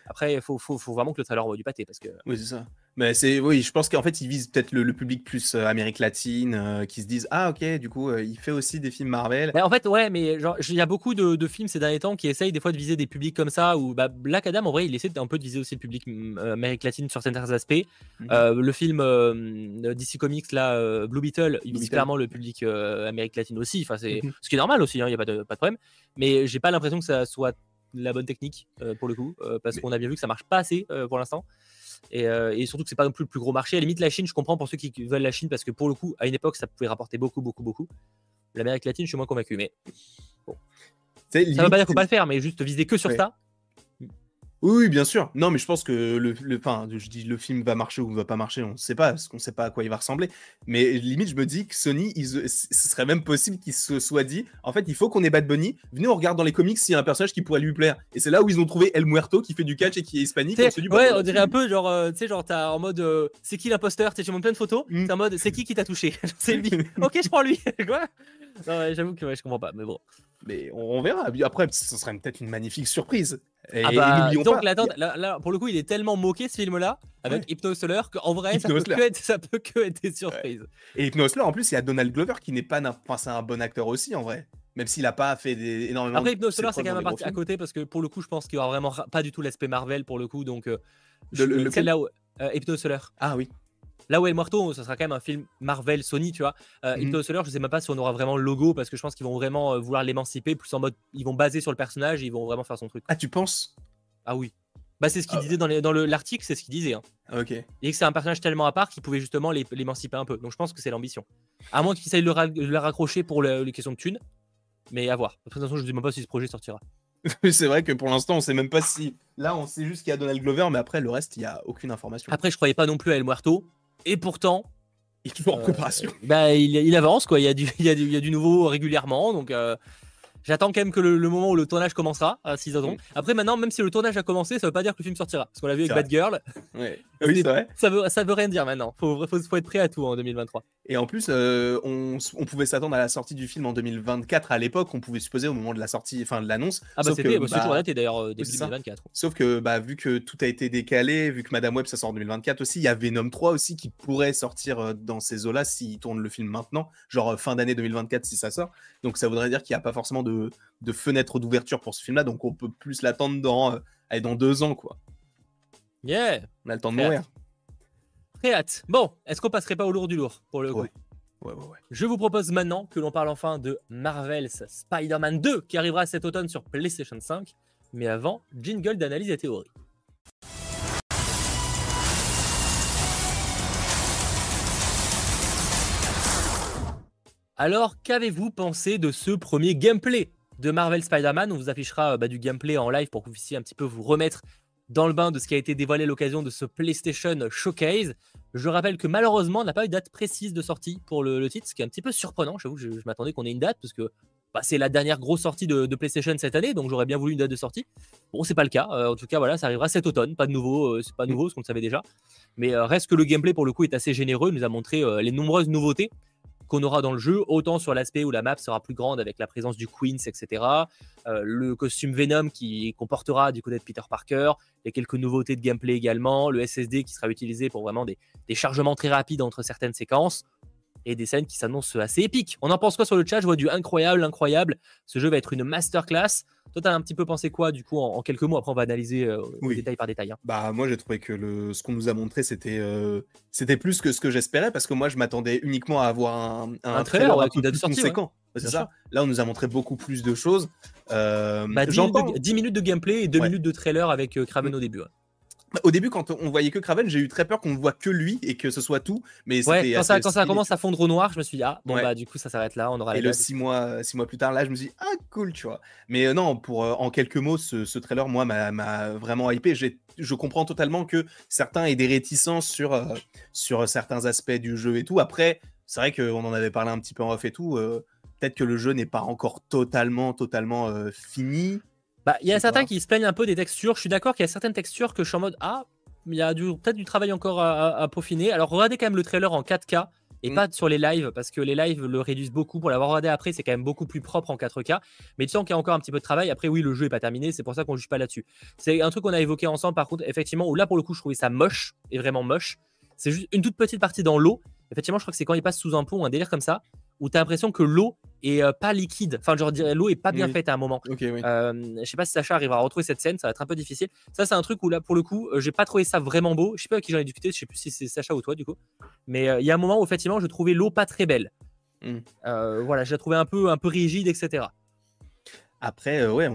Après, il faut, faut, faut vraiment que le trailer envoie du pâté parce que. Oui, c'est ça. Mais c'est, oui, je pense qu'en fait, ils visent peut-être le, le public plus euh, Amérique latine, euh, qui se disent ah ok, du coup, euh, il fait aussi des films Marvel. Mais en fait, ouais, mais genre, il y a beaucoup de, de films ces derniers temps qui essayent des fois de viser des publics comme ça. Ou bah, Black Adam, en vrai, il essaie un peu de viser aussi le public euh, Amérique latine sur certains aspects. Mhm. Euh, le film euh, D C Comics là, euh, Blue Beetle, il Blue vise Beetle. clairement le public euh, Amérique latine aussi. Enfin, c'est Mhm. ce qui est normal aussi. Il hein, y a pas de pas de problème. Mais j'ai pas l'impression que ça soit la bonne technique euh, pour le coup, euh, parce Mais- qu'on a bien vu que ça marche pas assez euh, pour l'instant. Et, euh, et surtout que c'est pas non plus le plus gros marché. À la limite, la Chine, je comprends pour ceux qui veulent la Chine parce que pour le coup, à une époque, ça pouvait rapporter beaucoup, beaucoup, beaucoup. L'Amérique latine, je suis moins convaincu. Mais Tu sais, ça veut limite, pas dire qu'il faut c'est- pas le faire, mais juste viser que sur Ouais. ça. Oui, oui, bien sûr. Non, mais je pense que le, le, enfin, je dis le film va marcher ou va pas marcher, on ne sait pas, parce qu'on ne sait pas à quoi il va ressembler. Mais limite, je me dis que Sony, ils- ce serait même possible qu'il se soit dit, en fait, il faut qu'on ait Bad Bunny. Venez, on regarde dans les comics s'il y a un personnage qui pourrait lui plaire. Et c'est là où ils ont trouvé El Muerto qui fait du catch et qui est hispanique. Tu sais, On se dit, bah, ouais, voilà, on dirait un peu genre, euh, tu sais, genre, t'as en mode, euh, c'est qui l'imposteur? Tu sais, je montre plein de photos. Mm. C'est en mode, c'est qui qui t'a touché? C'est lui. Ok, je prends lui. Quoi? Non, ouais, j'avoue que ouais, je comprends pas, mais bon. Mais on, on verra. Après, ce serait peut-être une magnifique surprise. Et, Ah bah, et n'oublions donc pas, là, attends, il y a- là, là, pour le coup, il est tellement moqué ce film-là avec Ouais. Hypno Hustler qu'en vrai, ça Hypno peut, Hustler. que être, ça peut que être des surprises. Et Hypno Hustler, en plus, il y a Donald Glover qui n'est pas, n'im- enfin, c'est un bon acteur aussi, en vrai. Même s'il n'a pas fait des, énormément Après, de Hypno ses Hustler, c'est preuves quand dans même des à, gros partir- à films. côté parce que pour le coup, je pense qu'il y aura vraiment ra- pas du tout l'aspect Marvel pour le coup. Donc, euh, De- je- lequel c'est là où. Euh, Hypno Hustler. Ah oui. Là où El Muerto, ça sera quand même un film Marvel Sony, tu vois. Euh, Mhm. Hypno Hustler, je sais même pas si on aura vraiment le logo parce que je pense qu'ils vont vraiment euh, vouloir l'émanciper, plus en mode ils vont baser sur le personnage et ils vont vraiment faire son truc. Ah, tu penses? Ah oui. Bah c'est ce qu'il Ah. disait dans, les- dans le- l'article, c'est ce qu'il disait. Hein. Ah, ok. Et que c'est un personnage tellement à part qu'il pouvait justement l'é- l'émanciper un peu. Donc je pense que c'est l'ambition. À moins qu'ils essayent de le, ra- de le raccrocher pour le- les questions de thunes. Mais à voir. De toute façon, je ne sais même pas si ce projet sortira. C'est vrai que pour l'instant, on sait même pas si. Là, on sait juste qu'il y a Donald Glover, mais après, le reste, il n'y a aucune information. Après, je croyais pas non plus à El Muerto. Et pourtant, Il est toujours en euh, préparation. bah, il, il avance, quoi. Il y, a du, il, y a du, il y a du nouveau régulièrement. Donc euh, j'attends quand même que le, le moment où le tournage commencera, à six ans. Mm. Après, maintenant, même si le tournage a commencé, ça veut pas dire que le film sortira. Parce qu'on l'a vu avec C'est vrai. Bad Girl. Ouais. Oui, c'est vrai. Ça veut, ça veut rien dire maintenant. Faut, faut, faut être prêt à tout en deux mille vingt-trois. Et en plus, euh, on, s- on pouvait s'attendre à la sortie du film en deux mille vingt-quatre. À l'époque, on pouvait supposer au moment de la sortie, enfin de l'annonce. Ah bah Sauf c'était, que, bah, c'est bah, toujours daté d'ailleurs, euh, début c'est ça. deux mille vingt-quatre. Sauf que bah, vu que tout a été décalé, vu que Madame Web ça sort en deux mille vingt-quatre aussi, il y a Venom trois aussi qui pourrait sortir euh, dans ces eaux-là s'ils tournent le film maintenant, genre euh, fin d'année deux mille vingt-quatre si ça sort. Donc ça voudrait dire qu'il n'y a pas forcément de, de fenêtre d'ouverture pour ce film-là, donc on peut plus l'attendre dans, euh, allez, dans deux ans quoi. Yeah, On a le temps de Très mourir. très hâte. Bon, est-ce qu'on passerait pas au lourd du lourd pour le coup? Ouais. Ouais, ouais, ouais. Je vous propose maintenant que l'on parle enfin de Marvel's Spider-Man deux qui arrivera cet automne sur PlayStation cinq. Mais avant, jingle d'analyse et théorie. Alors, qu'avez-vous pensé de ce premier gameplay de Marvel Spider-Man? On vous affichera euh, bah, du gameplay en live pour que vous puissiez un petit peu vous remettre dans le bain de ce qui a été dévoilé à l'occasion de ce PlayStation Showcase. Je rappelle que malheureusement, on n'a pas eu de date précise de sortie pour le, le titre, ce qui est un petit peu surprenant. J'avoue que je, je m'attendais qu'on ait une date parce que bah, c'est la dernière grosse sortie de, de PlayStation cette année, donc j'aurais bien voulu une date de sortie. Bon, c'est pas le cas. Euh, en tout cas, voilà, ça arrivera cet automne. Pas de nouveau, euh, c'est pas nouveau, ce qu'on le savait déjà. Mais euh, reste que le gameplay pour le coup est assez généreux. Il nous a montré euh, les nombreuses nouveautés qu'on aura dans le jeu, autant sur l'aspect où la map sera plus grande avec la présence du Queens, et cetera. Euh, le costume Venom qui comportera du côté de Peter Parker, il y a quelques nouveautés de gameplay également, le S S D qui sera utilisé pour vraiment des, des chargements très rapides entre certaines séquences, et des scènes qui s'annoncent assez épiques. On en pense quoi sur le chat? Je vois du incroyable, incroyable. Ce jeu va être une masterclass. Toi, t'as un petit peu pensé quoi du coup en, en quelques mots? Après, on va analyser euh, Oui. détail par détail. Hein. Bah moi j'ai trouvé que le ce qu'on nous a montré c'était euh, c'était plus que ce que j'espérais parce que moi je m'attendais uniquement à avoir un, un, Un trailer, ouais, un avec une peu date plus de sortie, conséquent. Ouais, c'est Bien ça. Là on nous a montré beaucoup plus de choses. Euh, Bah, dix, j'entends. minutes de, dix minutes de gameplay et deux Ouais. minutes de trailer avec euh, Kraven au début. Ouais. Au début quand on voyait que Kraven, j'ai eu très peur qu'on ne voit que lui et que ce soit tout. Mais Ouais, c'était quand ça, assez quand ça stylé, commence tu à fondre au noir, je me suis dit, ah, bon, Ouais. bah, du coup, ça s'arrête là, on aura vois. Et la le date. six mois six mois plus tard là je me suis dit ah cool tu vois. Mais euh, non pour euh, en quelques mots ce, ce trailer moi m'a m'a vraiment hypé. J'ai je comprends totalement que certains aient des réticences sur euh, sur certains aspects du jeu et tout. Après c'est vrai qu'on en avait parlé un petit peu en off et tout. euh, Peut-être que le jeu n'est pas encore totalement, totalement euh, fini. Bah, il y a Je sais certains pas. qui se plaignent un peu des textures. Je suis d'accord qu'il y a certaines textures que je suis en mode, ah, il y a du- peut-être du travail encore à, à- à peaufiner. Alors, regardez quand même le trailer en quatre K. et Mm. pas sur les lives, parce que les lives le réduisent beaucoup. Pour l'avoir regardé après, c'est quand même beaucoup plus propre en quatre K, mais tu sens qu'il y a encore un petit peu de travail. Après, oui, le jeu est pas terminé, c'est pour ça qu'on juge pas là-dessus. C'est un truc qu'on a évoqué ensemble, par contre, effectivement, où là pour le coup je trouvais ça moche, et vraiment moche. C'est juste une toute petite partie dans l'eau. Effectivement, je crois que c'est quand il passe sous un pont ou un délire comme ça, où tu as l'impression que l'eau est euh, pas liquide. Enfin, genre, l'eau est pas bien Oui. faite à un moment. Ok, oui. Euh, je sais pas si Sacha arrivera à retrouver cette scène, ça va être un peu difficile. Ça, c'est un truc où là, pour le coup, euh, j'ai pas trouvé ça vraiment beau. Je sais pas avec qui j'en ai discuté, je sais plus si c'est Sacha ou toi du coup. Mais euh, il y a un moment où effectivement, je trouvais l'eau pas très belle. Mm. Euh, voilà, je la trouvais un peu, un peu rigide, et cetera. Après, euh, ouais, on,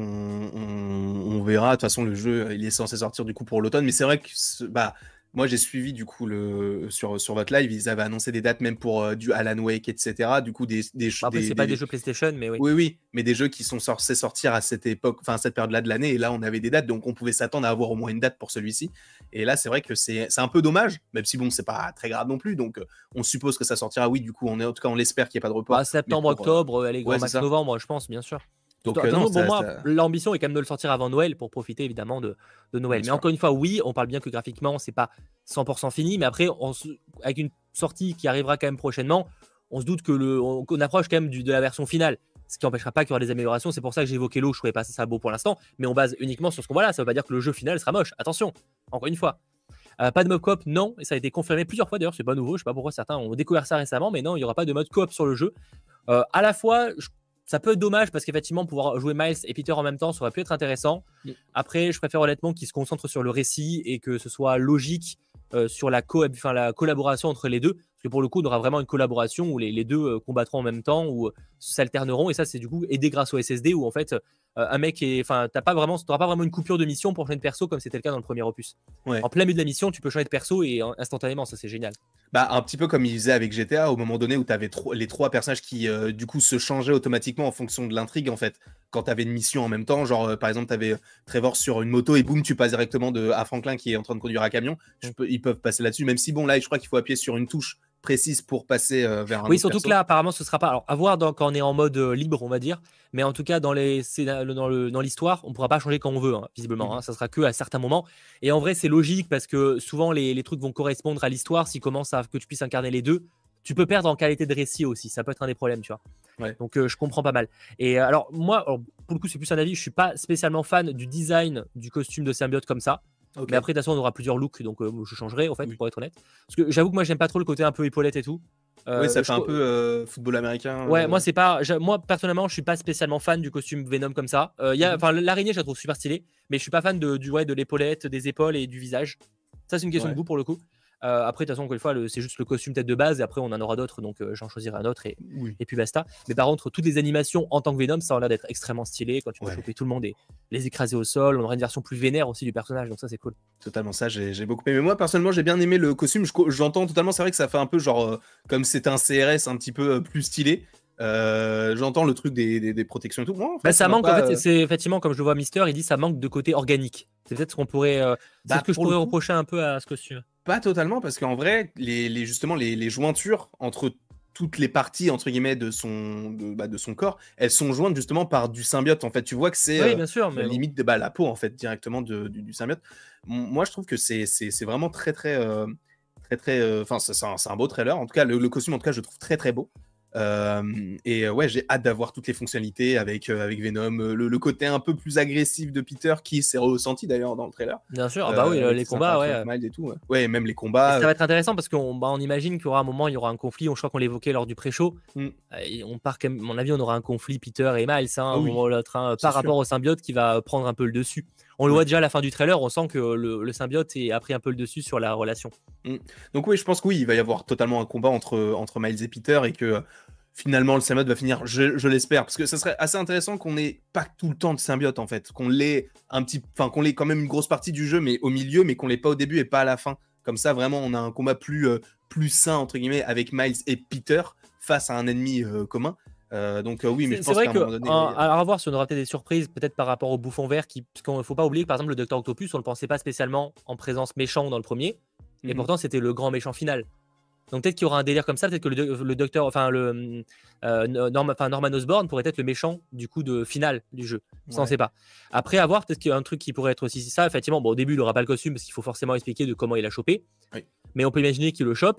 on, on verra. De toute façon, le jeu, il est censé sortir du coup pour l'automne. Mais c'est vrai que ce- bah, moi, j'ai suivi du coup le, sur, sur votre live. Ils avaient annoncé des dates même pour euh, du Alan Wake, et cetera. Du coup, des, des, Après, des, c'est pas des- des jeux PlayStation, mais oui. Oui, oui, mais des jeux qui sont censés sortir à cette époque, enfin à cette période-là de l'année. Et là, on avait des dates, donc on pouvait s'attendre à avoir au moins une date pour celui-ci. Et là, c'est vrai que c'est c'est un peu dommage, même si bon, c'est pas très grave non plus. Donc, euh, on suppose que ça sortira. Oui, du coup, on est en tout cas, on l'espère qu'il n'y ait pas de report. Bah, septembre, mais pour, euh, octobre, allez, grand ouais, c'est max ça. novembre, je pense, bien sûr. Donc, De euh, toute non, façon, pour ça- moi, ça- l'ambition est quand même de le sortir avant Noël pour profiter évidemment de, de Noël. Bien Mais sûr. encore une fois, oui, on parle bien que graphiquement, c'est pas cent pour cent fini, mais après, on se- avec une sortie qui arrivera quand même prochainement, on se doute que le, on, qu'on approche quand même du, de la version finale, ce qui n'empêchera pas qu'il y aura des améliorations. C'est pour ça que j'ai évoqué l'eau, je trouvais pas ça beau pour l'instant, mais on base uniquement sur ce qu'on voit là. Ça veut pas dire que le jeu final sera moche. Attention, encore une fois. Euh, pas de mode coop, non, et ça a été confirmé plusieurs fois d'ailleurs, c'est pas nouveau, je sais pas pourquoi certains ont découvert ça récemment, mais non, il n'y aura pas de mode coop sur le jeu. Euh, à la fois, je- ça peut être dommage parce qu'effectivement, pouvoir jouer Miles et Peter en même temps, ça aurait pu être intéressant. Mm. Après, je préfère honnêtement qu'ils se concentrent sur le récit et que ce soit logique euh, sur la, co- enfin, la collaboration entre les deux. Parce que pour le coup, on aura vraiment une collaboration où les, les deux euh, combattront en même temps ou euh, s'alterneront. Et ça, c'est du coup aidé grâce au S S D où en fait, euh, un mec est. Enfin, t'as pas vraiment, t'auras pas vraiment une coupure de mission pour changer de perso comme c'était le cas dans le premier opus. Ouais. En plein milieu de la mission, tu peux changer de perso et euh, instantanément, ça c'est génial. Bah, un petit peu comme il faisait avec G T A, au moment donné où tu avais les trois personnages qui, euh, du coup, se changeaient automatiquement en fonction de l'intrigue, en fait. Quand tu avais une mission en même temps, genre, euh, par exemple, tu avais Trevor sur une moto et boum, tu passes directement de, à Franklin qui est en train de conduire un camion. Tu peux, ils peuvent passer là-dessus, même si, bon, là, je crois qu'il faut appuyer sur une touche précise pour passer euh, vers un Oui, autre surtout perso. que là, apparemment, ce sera pas. Alors, à voir dans- quand on est en mode euh, libre, on va dire. Mais en tout cas, dans les scénar- dans le dans l'histoire, on pourra pas changer quand on veut, hein, visiblement. Mhm. Hein, ça sera que à certains moments. Et en vrai, c'est logique parce que souvent les, les trucs vont correspondre à l'histoire. S'ils commencent à que tu puisses incarner les deux, tu peux perdre en qualité de récit aussi. Ça peut être un des problèmes, tu vois. Ouais. Donc, euh, je comprends pas mal. Et euh, alors, moi, alors, pour le coup, c'est plus un avis. Je suis pas spécialement fan du design du costume de symbiote comme ça. Ok. Mais après, de toute façon, on aura plusieurs looks, donc euh, je changerai en fait, Oui. pour être honnête. Parce que j'avoue que moi, j'aime pas trop le côté un peu épaulette et tout. Euh, oui, ça je fait un trou- peu euh, football américain. Ouais, euh, moi c'est pas, j'a- moi personnellement, je suis pas spécialement fan du costume Venom comme ça. Euh, il y a, Mhm. enfin, l'araignée, je la trouve super stylée, mais je suis pas fan de, du ouais, de l'épaulette, des épaules et du visage. Ça, c'est une question Ouais. de goût pour le coup. Euh, après, de toute façon, encore une fois, le- c'est juste le costume tête de base, et après, on en aura d'autres, donc euh, j'en choisirai un autre et, Oui. et puis basta. Mais par contre, toutes les animations en tant que Venom, ça a l'air d'être extrêmement stylé quand tu peux Ouais. choper tout le monde et les écraser au sol. On aura une version plus vénère aussi du personnage, donc ça, c'est cool. Totalement, ça j'ai j'ai beaucoup aimé. Moi personnellement j'ai bien aimé le costume, Je co- j'entends totalement, c'est vrai que ça fait un peu genre euh, comme c'est un C R S un petit peu euh, plus stylé. Euh, j'entends le truc des, des, des protections et tout. Moi, en fait, Bah, ça m'a manque, pas, en fait, euh, c'est effectivement, comme je le vois Mister, il dit ça manque de côté organique. C'est peut-être ce qu'on pourrait, euh, c'est Bah, ce que je pour le pourrais coup- reprocher un peu à ce costume. Pas totalement, parce qu'en vrai, les, les, justement, les, les jointures entre toutes les parties, entre guillemets, de son, de, bah, de son corps, elles sont jointes justement par du symbiote. En fait, tu vois que c'est Oui, euh, bien sûr, mais la bon. limite de bah, la peau, en fait, directement de, du, du symbiote. M- Moi, je trouve que c'est c'est- c'est vraiment très, très, euh, très, très... euh, Enfin, c'est c'est un, c'est un beau trailer. En tout cas, le, le costume, en tout cas, je le trouve très, très beau. Euh, et euh, ouais, j'ai hâte d'avoir toutes les fonctionnalités avec, euh, avec Venom, euh, le, le côté un peu plus agressif de Peter qui s'est ressenti d'ailleurs dans le trailer. Bien sûr, ah bah oui, Euh, les avec ses combats, ouais. interactions avec Miles et tout. Ouais, ouais et même les Et combats. ça euh, va être intéressant parce qu'on bah, on imagine qu'il y aura un moment, il y aura un conflit. On, je crois qu'on l'évoquait lors du pré-show. Mm. Euh, et on part quand même, à mon avis, on aura un conflit Peter et Miles, hein, à un Ah oui, moment ou l'autre, hein, c'est par sûr. rapport au symbiote qui va prendre un peu le dessus. On le Ouais. voit déjà à la fin du trailer, on sent que le, le symbiote est- a pris un peu le dessus sur la relation. Donc oui, je pense que oui, il va y avoir totalement un combat entre, entre Miles et Peter et que euh, finalement le symbiote va finir, je, je l'espère, parce que ça serait assez intéressant qu'on ait pas tout le temps de symbiote en fait, qu'on l'ait un petit, enfin qu'on l'ait quand même une grosse partie du jeu, mais au milieu, mais qu'on l'ait pas au début et pas à la fin. Comme ça, vraiment, on a un combat plus, euh, plus sain entre guillemets avec Miles et Peter face à un ennemi euh, commun. Euh, donc euh, oui, mais C'est je c'est pense vrai qu'à un que, moment donné, en- oui, à revoir si on aura peut-être des surprises, peut-être par rapport au bouffon vert, qui, parce qu'il ne faut pas oublier que par exemple le Docteur Octopus, on ne le pensait pas spécialement en présence méchant dans le premier, et Mhm. pourtant c'était le grand méchant final. Donc peut-être qu'il y aura un délire comme ça, peut-être que le, do- le docteur, enfin le euh, Norm- enfin, Norman Osborn pourrait être le méchant du coup de final du jeu. Ça on Ouais. sait pas. Après avoir peut-être qu'il y a un truc qui pourrait être aussi ça. Effectivement, bon au début il aura pas le costume parce qu'il faut forcément expliquer de comment il a chopé. Oui. Mais on peut imaginer qu'il le chope.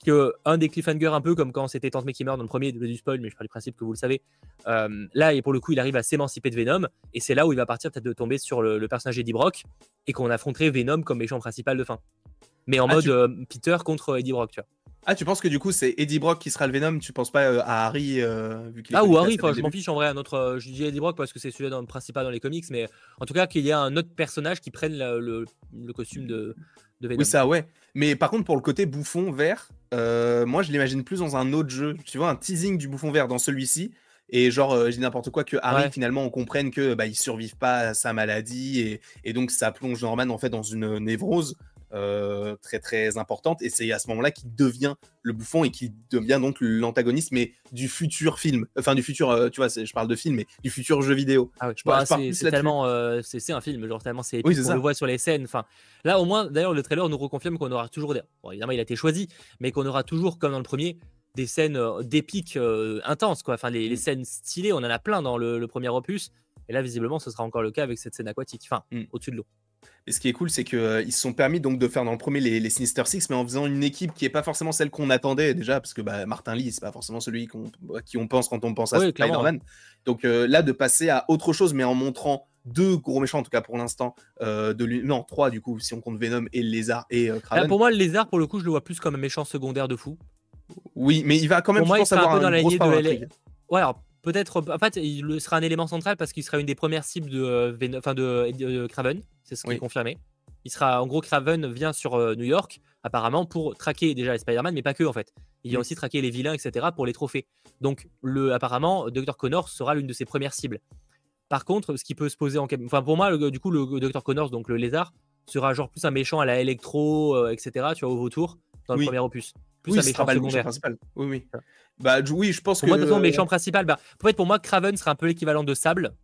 que un des cliffhangers, un peu comme quand c'était Tante May qui meurt dans le premier, du spoil, mais je parle du principe que vous le savez. Euh, là, et pour le coup, il arrive à s'émanciper de Venom, et c'est là où il va partir peut-être de tomber sur le, le personnage Eddie Brock, et qu'on affronterait Venom comme méchant principal de fin. Mais en Ah, mode tu... euh, Peter contre Eddie Brock, tu vois. Ah, tu penses que du coup, c'est Eddie Brock qui sera le Venom, tu penses pas euh, à Harry euh, vu qu'il est Ah, ou connu Harry, dès le je m'en début. fiche en vrai, un autre. Euh, je dis Eddie Brock parce que c'est celui dans, principal dans les comics, mais en tout cas, qu'il y ait un autre personnage qui prenne le, le, le costume de, de Venom. Oui, ça, ouais. Mais par contre, pour le côté bouffon vert, euh, moi, je l'imagine plus dans un autre jeu. Tu vois, un teasing du bouffon vert dans celui-ci. Et genre, euh, je dis n'importe quoi, que Harry, Ouais. finalement, on comprenne que bah, il survive pas à sa maladie. Et, et donc, ça plonge Norman, en fait, dans une névrose euh, très, très importante. Et c'est à ce moment-là qu'il devient le bouffon et qu'il devient donc l'antagoniste, mais du futur film. Enfin, du futur, euh, tu vois, je parle de film, mais du futur jeu vidéo. Ah ouais. Je, Bah, je pars c'est plus c'est là-dessus. tellement, euh, c'est c'est un film, genre tellement c'est Oui, épique, c'est on ça. le voit sur les scènes. Enfin, là au moins, d'ailleurs, le trailer nous reconfirme qu'on aura toujours, des... bon, évidemment, il a été choisi, mais qu'on aura toujours, comme dans le premier, des scènes euh, d'épique euh, intenses, quoi. Enfin, les, les Mm. scènes stylées, on en a plein dans le, le premier opus, et là, visiblement, ce sera encore le cas avec cette scène aquatique, enfin, Mm. au-dessus de l'eau. Et ce qui est cool, c'est qu'ils euh, se sont permis donc de faire dans le premier les, les Sinister Six, mais en faisant une équipe qui est pas forcément celle qu'on attendait déjà, parce que bah, Martin Lee, c'est pas forcément celui qu'on, à qui on pense quand on pense à Oui, clairement, Spider-Man. Donc euh, là, de passer à autre chose, mais en montrant deux gros méchants, en tout cas pour l'instant, euh, de l'uni- non, trois du coup, si on compte Venom et le Lézard et euh, Là, Kraven. pour moi, le lézard, pour le coup, je le vois plus comme un méchant secondaire de fou. Oui, mais il va quand même, Pour je moi, il pense, sera un avoir peu dans une la grosse lignée part de dans L A. l'intrigue. Ouais, alors peut-être, en fait, il le- sera un élément central parce qu'il sera une des premières cibles de, euh, Venom- enfin, de, de Kraven, c'est ce qui Oui. est confirmé. Il sera, en gros, Kraven vient sur euh, New York, apparemment, pour traquer déjà les Spider-Man, mais pas que, en fait. Il vient Mm. aussi traquer les vilains, et cetera, pour les trophées. Donc, le, apparemment, docteur Connors sera l'une de ses premières cibles. Par contre, ce qui peut se poser en... Enfin, pour moi, le- du coup, le docteur Connors, donc le lézard, sera genre plus un méchant à la Electro, euh, et cetera, tu vois, au vautour, dans le Oui. premier opus. Plus Oui, un ce sera méchant pas le méchant secondaire. principal. Oui, oui. Voilà. Bah, du- oui, je pense Pour que. moi, de toute façon, le euh, méchant principal, bah, en fait, pour moi, Kraven sera un peu l'équivalent de Sable.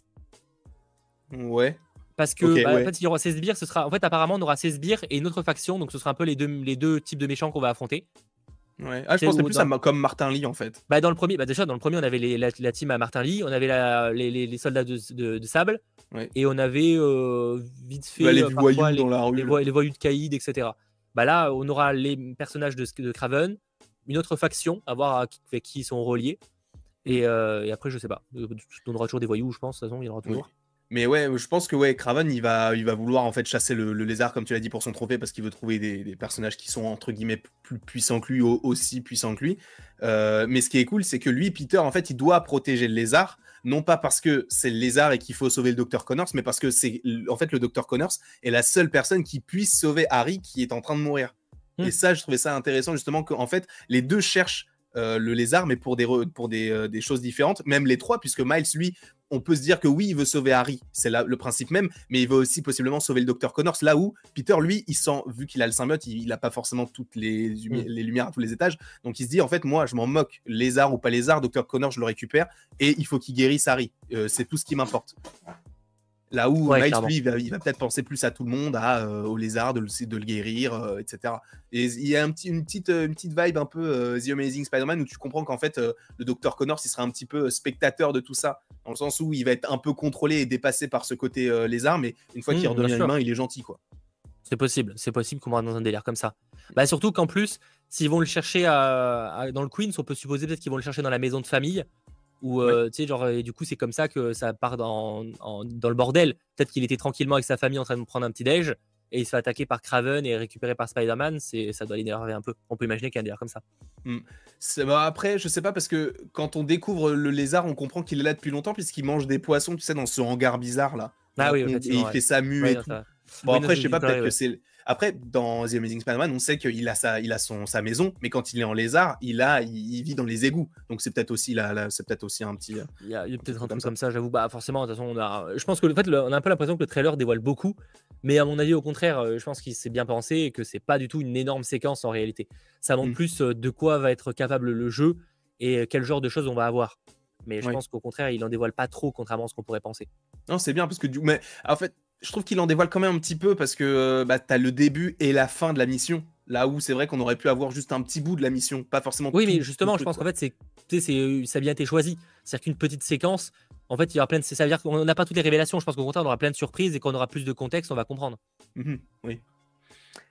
Ouais. Parce que, Ok, bah, ouais. en fait, il y aura ses sbires, ce sera, en fait, apparemment, on aura ses sbires et une autre faction, donc ce sera un peu les deux, les deux types de méchants qu'on va affronter. Ouais. Ah, je C'est pensais où, plus dans- à ma- comme Martin Lee en fait. Bah, dans le premier, bah, déjà, dans le premier, on avait les- la, la team à Martin Lee, on avait la- les, les- les soldats de, de- de Sable, Ouais. et on avait euh, vite fait Bah, les euh, voyous parfois les, dans la rue. les, là. voy- les voyous de Caïd, et cetera. Bah là, on aura les personnages de, de Kraven, une autre faction, à voir à qui, avec qui ils sont reliés, et, euh, et après, je sais pas. On aura toujours des voyous, je pense, de toute façon, il y en aura Oui. toujours. Mais ouais, je pense que ouais, Kraven, il va, il va vouloir en fait chasser le, le lézard, comme tu l'as dit, pour son trophée, parce qu'il veut trouver des, des personnages qui sont entre guillemets plus puissants que lui, au- aussi puissants que lui. Euh, mais ce qui est cool, c'est que lui, Peter, en fait, il doit protéger le lézard, non pas parce que c'est le lézard et qu'il faut sauver le docteur Connors, mais parce que c'est en fait le docteur Connors est la seule personne qui puisse sauver Harry qui est en train de mourir. Mm. Et ça, je trouvais ça intéressant justement qu'en fait, les deux cherchent euh, le lézard, mais pour des, re- pour des, euh, des choses différentes, même les trois, puisque Miles, lui, on peut se dire que oui, il veut sauver Harry, c'est là le principe même, mais il veut aussi possiblement sauver le docteur Connors, là où Peter, lui, il sent, vu qu'il a le symbiote, il n'a pas forcément toutes les, lumi- Mm. les lumières à tous les étages, donc il se dit, en fait, moi, je m'en moque, lézard ou pas lézard, docteur Connors, je le récupère, et il faut qu'il guérisse Harry, Euh, c'est tout ce qui m'importe. Là où Ouais, Miles, clairement. lui, il va, il va peut-être penser plus à tout le monde, à, euh, au lézard, de le, de le guérir, euh, et cetera. Et il y a un petit, une, petite, euh, une petite vibe un peu euh, The Amazing Spider-Man où tu comprends qu'en fait, euh, le docteur Connors, il sera un petit peu spectateur de tout ça, dans le sens où il va être un peu contrôlé et dépassé par ce côté euh, lézard, mais une fois Mmh, qu'il bien redevient sûr. humain, il est gentil, quoi. C'est possible, c'est possible qu'on va dans un délire comme ça. Bah, surtout qu'en plus, s'ils vont le chercher à- à- dans le Queens, on peut supposer peut-être qu'ils vont le chercher dans la maison de famille. Ou euh, tu sais, genre, et du coup, c'est comme ça que ça part dans, en- dans le bordel. Peut-être qu'il était tranquillement avec sa famille en train de prendre un petit déj et il se fait attaquer par Kraven et récupéré par Spider-Man. C'est, ça doit l'énerver un peu. On peut imaginer qu'il y a un délire comme ça. C'est- bah, après, je sais pas, parce que quand on découvre le lézard, on comprend qu'il est là depuis longtemps, puisqu'il mange des poissons, tu sais, dans ce hangar bizarre là. Ah oui, On- et effectivement, il ouais. fait ça mu Ouais, et non, tout. ça- Bon, Oui, après, non, je sais c'est pas, pareil, peut-être ouais. que c'est. Après, dans The Amazing Spider-Man, on sait qu'il a, sa, il a son, sa maison, mais quand il est en lézard, il, a, il, il vit dans les égouts. Donc, c'est peut-être aussi, la, la- c'est peut-être aussi un petit. Il y a, il y a peut-être truc un comme truc ça. comme ça, j'avoue. Bah, forcément, de toute façon, on a... je pense que en fait, le- on a un peu l'impression que le trailer dévoile beaucoup, mais à mon avis, au contraire, euh, je pense qu'il s'est bien pensé et que c'est pas du tout une énorme séquence en réalité. Ça montre Mm. plus euh, de quoi va être capable le jeu et quel genre de choses on va avoir. Mais je Ouais. pense qu'au contraire, il en dévoile pas trop, contrairement à ce qu'on pourrait penser. Non, c'est bien, parce que du mais en fait, je trouve qu'il en dévoile quand même un petit peu, parce que bah, t'as le début et la fin de la mission. Là où c'est vrai qu'on aurait pu avoir juste un petit bout de la mission, pas forcément Oui, tout- mais tout justement, le je truc, pense quoi. qu'en fait, c'est, tu sais, c'est, ça a bien été choisi. C'est-à-dire qu'une petite séquence, en fait, il y aura plein de. Ça veut dire qu'on n'a pas toutes les révélations. Je pense qu'au contraire, on aura plein de surprises et qu'on aura plus de contexte, on va comprendre. Mhm, oui.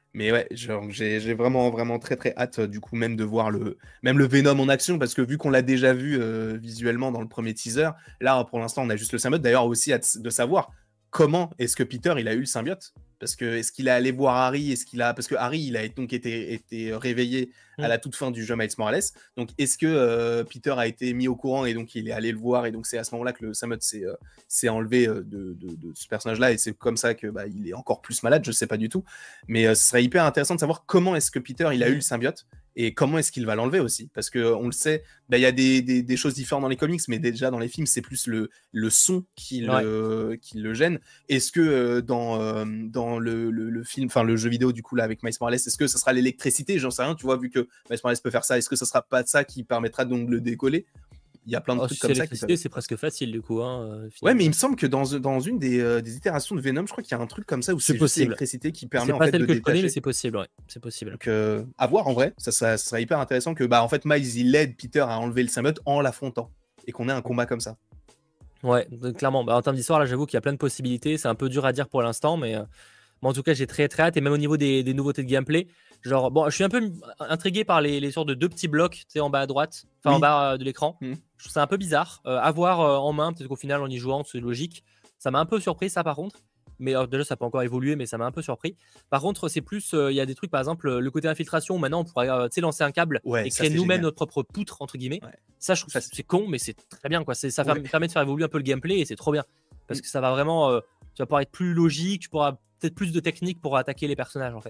Mais ouais, genre, j'ai j'ai vraiment, vraiment très, très hâte, euh, du coup, même de voir le, même le Venom en action, parce que vu qu'on l'a déjà vu euh, visuellement dans le premier teaser, là, pour l'instant, on a juste le symbiote. D'ailleurs, aussi hâte de savoir comment est-ce que Peter, il a eu le symbiote. Parce que est-ce qu'il est allé voir Harry, est-ce qu'il a, parce que Harry, il a donc été, été réveillé à Mm. la toute fin du jeu Miles Morales. Donc, est-ce que euh, Peter a été mis au courant et donc il est allé le voir, et donc c'est à ce moment-là que le symbiote s'est euh, s'est enlevé euh, de, de, de ce personnage-là, et c'est comme ça que bah, il est encore plus malade. Je sais pas du tout. Mais euh, ce serait hyper intéressant de savoir comment est-ce que Peter il a Mm. eu le symbiote et comment est-ce qu'il va l'enlever aussi. Parce qu'on le sait, bah, il y a des, des, des choses différentes dans les comics, mais déjà dans les films, c'est plus le, le son qui le, ouais. qui le gêne. Est-ce que euh, dans, euh, dans le, le, le film, enfin le jeu vidéo du coup là avec Miles Morales, est-ce que ça sera l'électricité? J'en sais rien, tu vois, vu que Miles Morales peut faire ça, est-ce que ça sera pas ça qui permettra donc de le décoller? Il y a plein de Oh, trucs si comme ça. L'électricité, c'est presque facile du coup. Hein, ouais, mais il me semble que dans, dans une des, euh, des itérations de Venom, je crois qu'il y a un truc comme ça où c'est juste l'électricité qui permet en pas fait celle de que détacher. Je connais, mais c'est possible, ouais. C'est possible. Donc, euh, à voir en vrai, ça, ça, ça serait hyper intéressant que bah en fait Miles il aide Peter à enlever le symbiote en l'affrontant et qu'on ait un combat comme ça. Ouais, donc, clairement. Bah, en termes d'histoire, là, j'avoue qu'il y a plein de possibilités. C'est un peu dur à dire pour l'instant, mais, euh, mais en tout cas, j'ai très très hâte. Et même au niveau des, des nouveautés de gameplay, genre, bon, je suis un peu intrigué par les, les sortes de deux petits blocs, tu sais, en bas à droite, enfin oui. en bas euh, de l'écran. Mmh. Je trouve ça un peu bizarre. Euh, à voir euh, en main, peut-être qu'au final, en y jouant, c'est logique. Ça m'a un peu surpris, ça, par contre. Mais alors, déjà, ça peut encore évoluer, mais ça m'a un peu surpris. Par contre, c'est plus, il euh, y a des trucs, par exemple, le côté infiltration, où maintenant, on pourrait euh, lancer un câble ouais, et créer nous-mêmes notre propre poutre, entre guillemets. Ouais. Ça, je trouve que c'est con, mais c'est très bien, quoi. Ça ouais. permet de faire évoluer un peu le gameplay et c'est trop bien. Parce que ça va vraiment, euh, tu vas pouvoir être plus logique, tu pourras peut-être plus de techniques pour attaquer les personnages, en fait.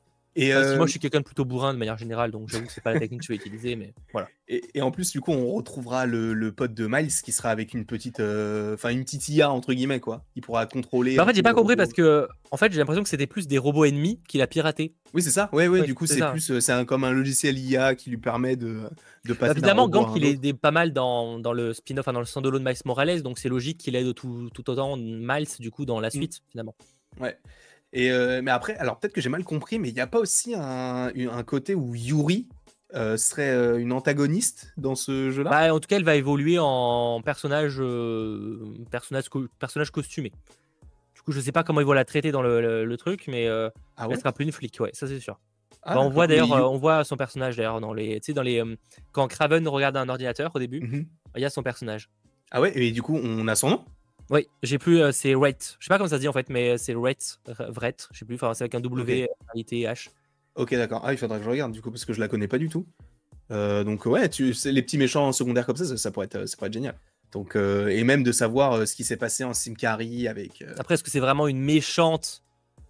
Et euh... si moi, je suis quelqu'un de plutôt bourrin de manière générale, donc j'avoue que c'est pas la technique que je vais utiliser, mais voilà. Et, et en plus, du coup, on retrouvera le, le pote de Miles qui sera avec une petite, enfin euh, une petite I A entre guillemets, quoi. Il pourra contrôler. Bah en fait, j'ai pas compris robots. Parce que, en fait, j'ai l'impression que c'était plus des robots ennemis qu'il a piraté. Oui, c'est ça. Ouais, ouais. Oui, du coup, c'est plus, c'est comme un logiciel I A qui lui permet de, de passer. Bah, évidemment, Gank, il est pas mal dans, dans le spin-off, enfin, dans le standalone Miles Morales, donc c'est logique qu'il aide tout, tout autant Miles du coup dans la suite, mmh. finalement. Ouais. Et euh, mais après, alors peut-être que j'ai mal compris, mais il n'y a pas aussi un, un côté où Yuri euh, serait euh, une antagoniste dans ce jeu-là? Bah, en tout cas, elle va évoluer en personnage, euh, personnage, co personnage costumé. Du coup, je sais pas comment ils vont la traiter dans le, le, le truc, mais euh, ah ouais elle sera plus une flic, ouais, ça c'est sûr. Ah, bah, on voit d'ailleurs, euh, on voit son personnage d'ailleurs dans les, tu sais, dans les, euh, quand Kraven regarde un ordinateur au début, il mm-hmm. y a son personnage. Ah ouais, et du coup, on a son nom? Oui, j'ai plus, euh, c'est Wraith. Je sais pas comment ça se dit en fait, mais c'est Wraith, Wraith, je sais plus, enfin c'est avec un W, okay. T H. Ok, d'accord. Ah, il faudrait que je regarde du coup, parce que je la connais pas du tout. Euh, donc ouais, tu, les petits méchants secondaires comme ça, ça, ça, pourrait, être, ça pourrait être génial. Donc, euh, et même de savoir euh, ce qui s'est passé en Symkaria avec... Euh... Après, est-ce que c'est vraiment une méchante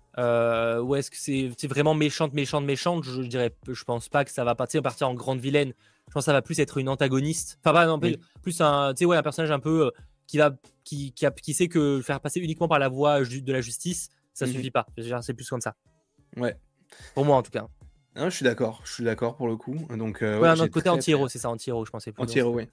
euh, ou est-ce que c'est vraiment méchante, méchante, méchante? Je dirais, je pense pas que ça va partir, partir en grande vilaine. Je pense que ça va plus être une antagoniste. Enfin, pas non, oui. plus un, tu sais, ouais, un personnage un peu... Euh, qui va qui, qui, a, qui sait que faire passer uniquement par la voie de la justice, ça mmh. suffit pas. C'est plus comme ça. Ouais. Pour moi en tout cas. Non, je suis d'accord. Je suis d'accord pour le coup. Donc euh, ouais, ouais, un autre côté anti-héros, c'est ça, anti-héros, je pensais. Anti-héros, oui.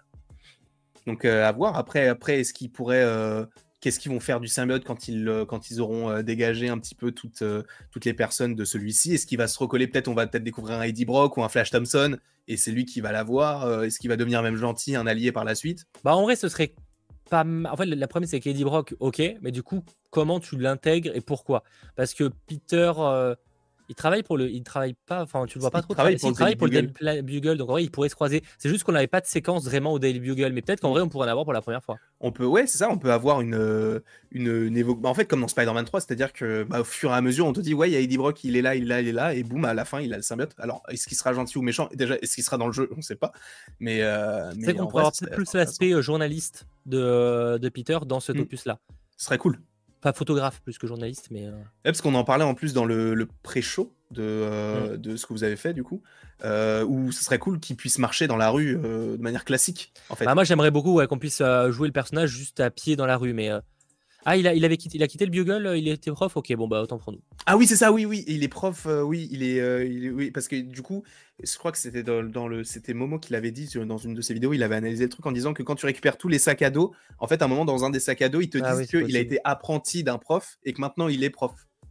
Donc euh, à voir. Après, après est-ce qu'ils pourraient, euh, qu'est-ce qu'ils vont faire du symbiote quand ils euh, quand ils auront euh, dégagé un petit peu toutes euh, toutes les personnes de celui-ci? Est-ce qu'il va se recoller? Peut-être on va peut-être découvrir un Eddie Brock ou un Flash Thompson et c'est lui qui va l'avoir. Euh, est-ce qu'il va devenir même gentil, un allié par la suite? Bah en vrai, ce serait pas... En fait, la première, c'est qu'Eddie Brock, ok, mais du coup, comment tu l'intègres et pourquoi? Parce que Peter, euh, il travaille pour le... Il travaille pas... Enfin, tu le vois pas il trop... Travaille tra... pour, il travaille pour le Daily Bugle, donc en vrai, il pourrait se croiser. C'est juste qu'on n'avait pas de séquence vraiment au Daily Bugle, mais peut-être qu'en vrai, on pourrait en avoir pour la première fois. On peut... Ouais, c'est ça, on peut avoir une... une, une évo... bah, en fait, comme dans Spider-Man trois, c'est-à-dire que bah, au fur et à mesure, on te dit, ouais, il y a Eddie Brock, il est là, il est là, il est là, et boum, à la fin, il a le symbiote. Alors, est-ce qu'il sera gentil ou méchant? Déjà, est-ce qu'il sera dans le jeu? On sait pas. Mais... Euh... C'est qu'on pourrait avoir peut-être plus l'aspect journaliste de, de Peter dans cet mmh. opus-là. Ce serait cool. Pas photographe plus que journaliste, mais... Euh... Ouais, parce qu'on en parlait en plus dans le, le pré-show de, euh, mmh. de ce que vous avez fait, du coup, euh, où ce serait cool qu'il puisse marcher dans la rue euh, de manière classique, en fait. Bah, moi, j'aimerais beaucoup ouais, qu'on puisse euh, jouer le personnage juste à pied dans la rue, mais... Euh... Ah, il a, il, avait quitté, il a quitté le Bugle, il était prof? Ok, bon, bah autant pour nous. Ah oui, c'est ça, oui, oui, il est prof, euh, oui, il est, euh, il est... Oui, parce que du coup, je crois que c'était dans, dans le... C'était Momo qui l'avait dit dans une de ses vidéos, il avait analysé le truc en disant que quand tu récupères tous les sacs à dos, en fait, à un moment, dans un des sacs à dos, ils te ah, disent oui, qu'il a été apprenti d'un prof et que maintenant, il est prof.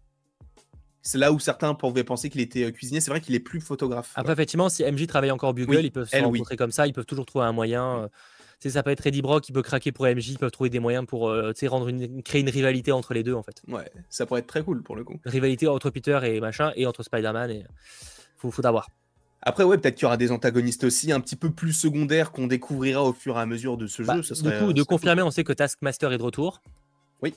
C'est là où certains pouvaient penser qu'il était cuisinier, c'est vrai qu'il est plus photographe. Après, ouais. effectivement, si M J travaille encore Bugle, oui, ils peuvent se elle, rencontrer oui. comme ça, ils peuvent toujours trouver un moyen... Euh... C'est ça peut être Eddie Brock qui peut craquer pour M J, ils peuvent trouver des moyens pour euh, tu sais, rendre une, créer une rivalité entre les deux en fait. Ouais, ça pourrait être très cool pour le coup. Rivalité entre Peter et machin et entre Spider-Man et faut faut d'avoir. Après, ouais, peut-être qu'il y aura des antagonistes aussi un petit peu plus secondaires qu'on découvrira au fur et à mesure de ce Bah, jeu. Ce du serait, coup, ce de serait confirmer, cool. on sait que Taskmaster est de retour. Oui.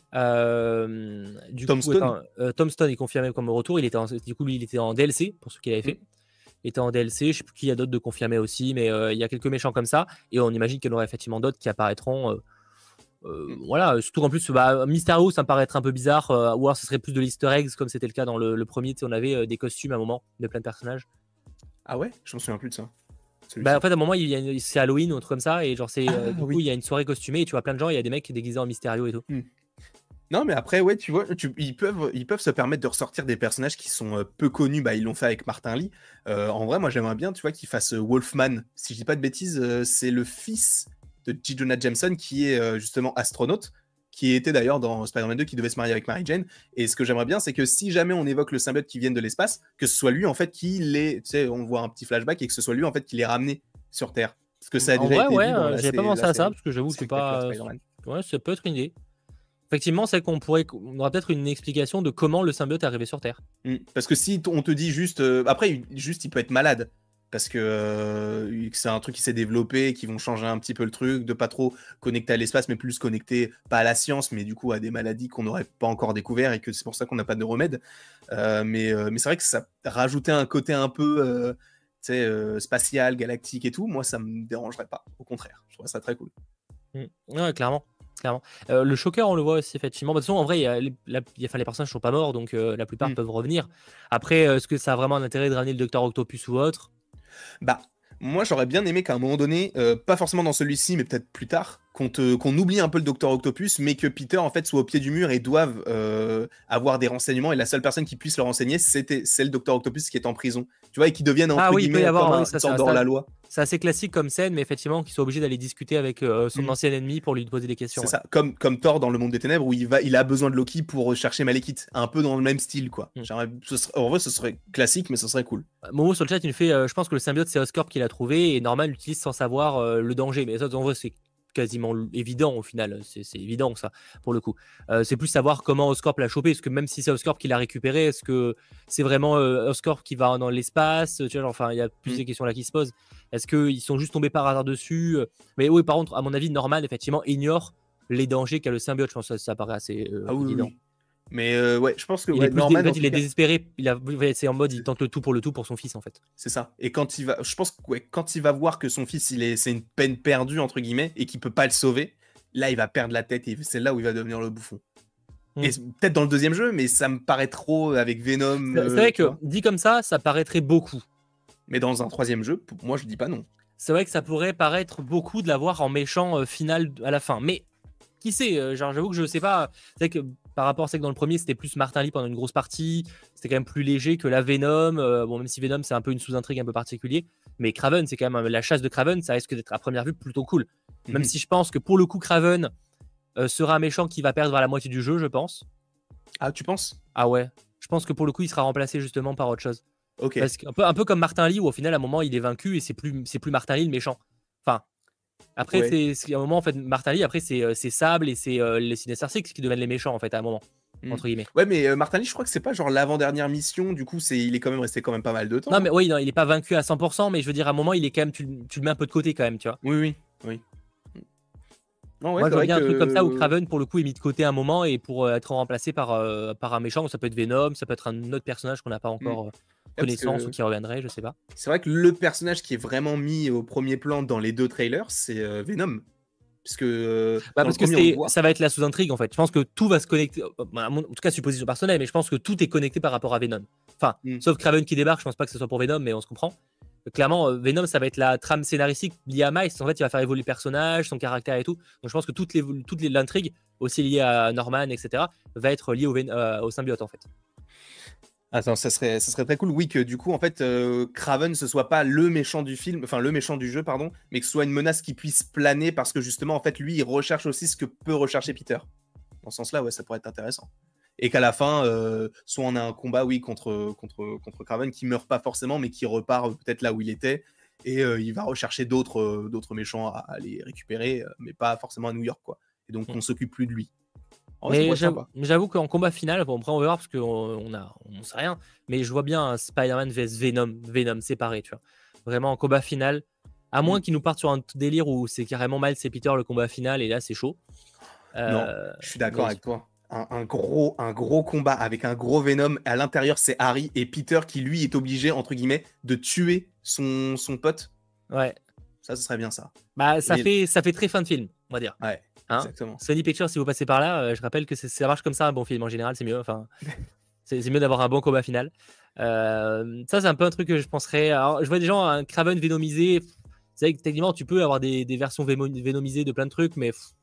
Euh, du Tom coup, Stone. attends, euh, Tom Stone est confirmé comme retour. Il était en, du coup, lui, il était en D L C pour ceux qui l'avaient fait. Mm. Il était en D L C. Je sais plus qui y a d'autres de confirmés aussi, mais euh, il y a quelques méchants comme ça. Et on imagine qu'il y en aura effectivement d'autres qui apparaîtront. Euh, euh, Mm. Voilà, surtout qu'en plus, bah, Mysterio, ça me paraît être un peu bizarre. Euh, ou alors, ce serait plus de l'Easter eggs comme c'était le cas dans le, le premier. Tu sais, on avait euh, des costumes à un moment de plein de personnages. Ah ouais, je me souviens plus de ça. Bah, en fait, à un moment, il y a une- c'est Halloween ou un truc comme ça. Et genre, c'est, euh, Ah, du oui. coup, il y a une soirée costumée et tu vois plein de gens. Il y a des mecs déguisés en Mysterio et tout. Mm. Non, mais après, ouais, tu vois, tu- ils, peuvent, ils peuvent se permettre de ressortir des personnages qui sont euh, peu connus. Bah, ils l'ont fait avec Martin Lee. Euh, en vrai, moi, j'aimerais bien, tu vois, qu'ils fassent euh, Wolfman. Si je dis pas de bêtises, euh, c'est le fils de J. Jonah Jameson qui est euh, justement astronaute, qui était d'ailleurs dans Spider-Man deux, qui devait se marier avec Mary Jane. Et ce que j'aimerais bien, c'est que si jamais on évoque le symbiote qui vient de l'espace, que ce soit lui, en fait, qui l'ait, tu sais, on voit un petit flashback et que ce soit lui, en fait, qui l'ait ramené sur Terre. Parce que ça a En déjà vrai, été ouais, vu dans euh, la, j'avais pas sé- pensé la à ça série parce que j'avoue que c'est Spectacular pas. Spider-Man. Ouais, ça peut être une idée. Effectivement, c'est qu'on pourrait, on aura peut-être une explication de comment le symbiote est arrivé sur Terre. Mm. Parce que si t- on te dit juste... euh, Après, juste, il peut être malade. Parce que euh, c'est un truc qui s'est développé, qui vont changer un petit peu le truc, de pas trop connecter à l'espace, mais plus connecter, pas à la science, mais du coup à des maladies qu'on n'aurait pas encore découvert et que c'est pour ça qu'on n'a pas de remède. Euh, mais euh, mais c'est vrai que ça rajoutait un côté un peu euh, tu sais, euh, spatial, galactique et tout. Moi, ça me dérangerait pas. Au contraire, je trouve ça très cool. Mm. Ouais, clairement. clairement. Euh, le Shocker, on le voit aussi, effectivement. Bah, de toute façon, en vrai, il y a les, la- il y a- enfin, les personnages ne sont pas morts, donc euh, la plupart Mm. peuvent revenir. Après, euh, est-ce que ça a vraiment un intérêt de ramener le Docteur Octopus ou autre? Bah, moi j'aurais bien aimé qu'à un moment donné, euh, pas forcément dans celui-ci, mais peut-être plus tard, qu'on te- qu'on oublie un peu le Docteur Octopus, mais que Peter en fait soit au pied du mur et doive euh, avoir des renseignements, et la seule personne qui puisse le renseigner, c'était c'est le Docteur Octopus qui est en prison. Tu vois, et qui devienne entre Ah oui, il peut y guillemets avoir, comme oui, un, ça, une sorte ça, ça- d'hors-la-loi. C'est assez classique comme scène, mais effectivement, qu'ils soient obligés d'aller discuter avec euh, son Mm. ancien ennemi pour lui poser des questions. C'est Ouais. ça, comme, comme Thor dans le monde des ténèbres où il, va, il a besoin de Loki pour chercher Malekith, un peu dans le même style quoi. Mm. J'aimerais- ce serait- en vrai, ce serait classique, mais ce serait cool. Momo sur le chat, il nous fait euh, je pense que le symbiote, c'est Oscorp qui l'a trouvé et Norman l'utilise sans savoir euh, le danger. Mais ça, en vrai, c'est quasiment l- évident au final. C'est c'est évident ça, pour le coup. Euh, c'est plus savoir comment Oscorp l'a chopé. Parce que même si c'est Oscorp qui l'a récupéré, est-ce que c'est vraiment euh, Oscorp qui va dans l'espace? Tu vois, genre, enfin, il y a plusieurs Mm. questions là qui se posent. Est-ce qu'ils sont juste tombés par hasard dessus? Mais oui, par contre, à mon avis, Norman, effectivement, ignore les dangers qu'a le symbiote. Je pense que ça, ça paraît assez euh, Ah oui, oui, évident. oui. Mais euh, ouais, je pense que Il ouais, est plus dé- Norman, en fait, en il tout est cas, désespéré. Il a, ouais, c'est en mode, il tente le tout pour le tout pour son fils, en fait. c'est ça. Et quand il va, je pense que ouais, quand il va voir que son fils, il est, c'est une peine perdue entre guillemets et qu'il peut pas le sauver, là, il va perdre la tête et c'est là où il va devenir le bouffon. Mm. Et c'est peut-être dans le deuxième jeu, mais ça me paraît trop avec Venom. C'est euh, c'est vrai tu que vois. dit comme ça, ça paraîtrait beaucoup. Mais dans un troisième jeu, pour moi, je dis pas non. C'est vrai que ça pourrait paraître beaucoup de l'avoir en méchant euh, final à la fin. Mais qui sait, euh, genre j'avoue que je sais pas. C'est vrai que par rapport, c'est que dans le premier, c'était plus Martin Lee pendant une grosse partie. C'était quand même plus léger que la Venom. Euh, bon, même si Venom, c'est un peu une sous-intrigue un peu particulière. Mais Kraven, c'est quand même la chasse de Kraven, ça risque d'être à première vue plutôt cool. Même Mhm. si je pense que pour le coup, Kraven euh, sera un méchant qui va perdre à la moitié du jeu, je pense. Ah, tu penses? Ah ouais. Je pense que pour le coup, il sera remplacé justement par autre chose. Ok. Parce qu'un peu, un peu comme Martin Lee, où au final, à un moment, il est vaincu et c'est plus, c'est plus Martin Lee le méchant. Enfin, après, Ouais. c'est, c'est- à un moment, en fait, Martin Lee, après, c'est, euh, c'est Sable et c'est euh, les Sinister Six qui deviennent les méchants, en fait, à un moment, Mm. entre guillemets. Ouais, mais euh, Martin Lee, je crois que c'est pas genre l'avant-dernière mission. Du coup, c'est, il est quand même resté quand même pas mal de temps. Non, mais oui, non, il est pas vaincu à cent pour cent, mais je veux dire, à un moment, il est quand même, tu, le- tu le mets un peu de côté quand même, tu vois. Oui, oui, oui. Non, ouais, Moi, c'est je vois vrai bien que... un truc comme ça où Kraven, pour le coup, est mis de côté un moment et pour euh, être remplacé par, euh, par un méchant, ça peut être Venom, ça peut être un autre personnage qu'on n'a pas encore euh, parce connaissance que- ou qui reviendrait, je sais pas. C'est vrai que le personnage qui est vraiment mis au premier plan dans les deux trailers, c'est euh, Venom. Parce que, euh, Bah, dans parce le que premier, on le c'est, voit. ça va être la sous-intrigue en fait. Je pense que tout va se connecter. euh, bah, en tout cas, supposition personnelle, mais je pense que tout est connecté par rapport à Venom. Enfin, Mm. sauf Kraven qui débarque, je pense pas que ce soit pour Venom, mais on se comprend. Euh, Clairement, euh, Venom, ça va être la trame scénaristique liée à Miles. En fait, il va faire évoluer le personnage, son caractère et tout. Donc, je pense que toutes les, toutes les l'intrigue, aussi liée à Norman, et cetera, va être liée au, Ven- euh, au symbiote en fait. Attends, ça serait, ça serait très cool, oui, que du coup, en fait, euh, Kraven, ce soit pas le méchant du film, enfin, le méchant du jeu, pardon, mais que ce soit une menace qui puisse planer, parce que justement, en fait, lui, il recherche aussi ce que peut rechercher Peter. Dans ce sens-là, ouais, ça pourrait être intéressant. Et qu'à la fin, euh, soit on a un combat, oui, contre, contre, contre Kraven, qui meurt pas forcément, mais qui repart euh, peut-être là où il était, et euh, il va rechercher d'autres euh, d'autres méchants à, à les récupérer, euh, mais pas forcément à New York, quoi. Et donc, on s'occupe plus de lui. En vrai, ça pourrait Mais être j'avoue sympa. mais j'avoue qu'en combat final, bon, après on verra parce qu'on on a, on sait rien, mais je vois bien un Spider-Man vs Venom, Venom séparé, tu vois. Vraiment en combat final, à moins Mm. qu'ils nous partent sur un t- délire où c'est carrément Miles et Peter le combat final, et là c'est chaud. Non, Euh, je suis d'accord mais avec toi. Un, un gros, un gros combat avec un gros Venom. À l'intérieur, c'est Harry et Peter qui, lui, est obligé, entre guillemets, de tuer son, son pote. ouais, Ça, ce serait bien, ça. bah ça Et- fait, ça fait très fin de film, on va dire. Ouais, Hein exactement. Sony Pictures, si vous passez par là, euh, je rappelle que c'est- ça marche comme ça un bon film en général, c'est mieux. Enfin, c'est c'est mieux d'avoir un bon combat final. Euh, ça, c'est un peu un truc que je penserais. Alors, je vois des gens, un Kraven vénomisé. C'est vrai que techniquement, tu peux avoir des, des versions vémo- vénomisées de plein de trucs, mais pff,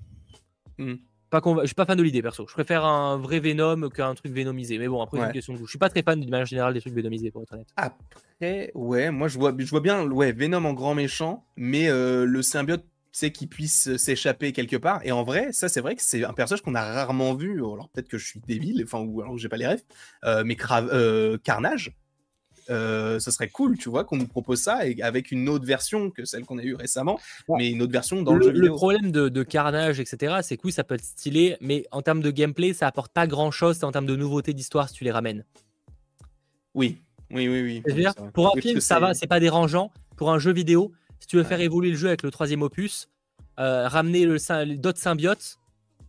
Mm. pas conva- je suis pas fan de l'idée perso. Je préfère un vrai Venom qu'un truc vénomisé. Mais bon, après, c'est Ouais. une question de goût. Je suis pas très fan de manière générale des trucs vénomisés, pour être honnête. Après, ouais, moi, je vois, je vois bien ouais, Venom en grand méchant, mais euh, le symbiote, c'est qu'il puisse s'échapper quelque part. Et en vrai, ça, c'est vrai que c'est un personnage qu'on a rarement vu. Alors, peut-être que je suis débile, enfin, ou alors que j'ai pas les refs, euh, mais Cra- euh, Carnage. Euh, ça serait cool, tu vois, qu'on nous propose ça et avec une autre version que celle qu'on a eue récemment, Ouais. mais une autre version dans le, Le, jeu le vidéo. problème de, de Carnage, et cetera, c'est que oui, ça peut être stylé, mais en termes de gameplay, ça apporte pas grand chose en termes de nouveautés d'histoire si tu les ramènes. Oui, oui, oui, oui. Je veux oui, dire, c'est vrai. pour un Oui, parce film, que ça c'est- va, c'est pas dérangeant. Pour un jeu vidéo, si tu veux faire Ouais. évoluer le jeu avec le troisième opus, euh, ramener le sym- d'autres symbiotes,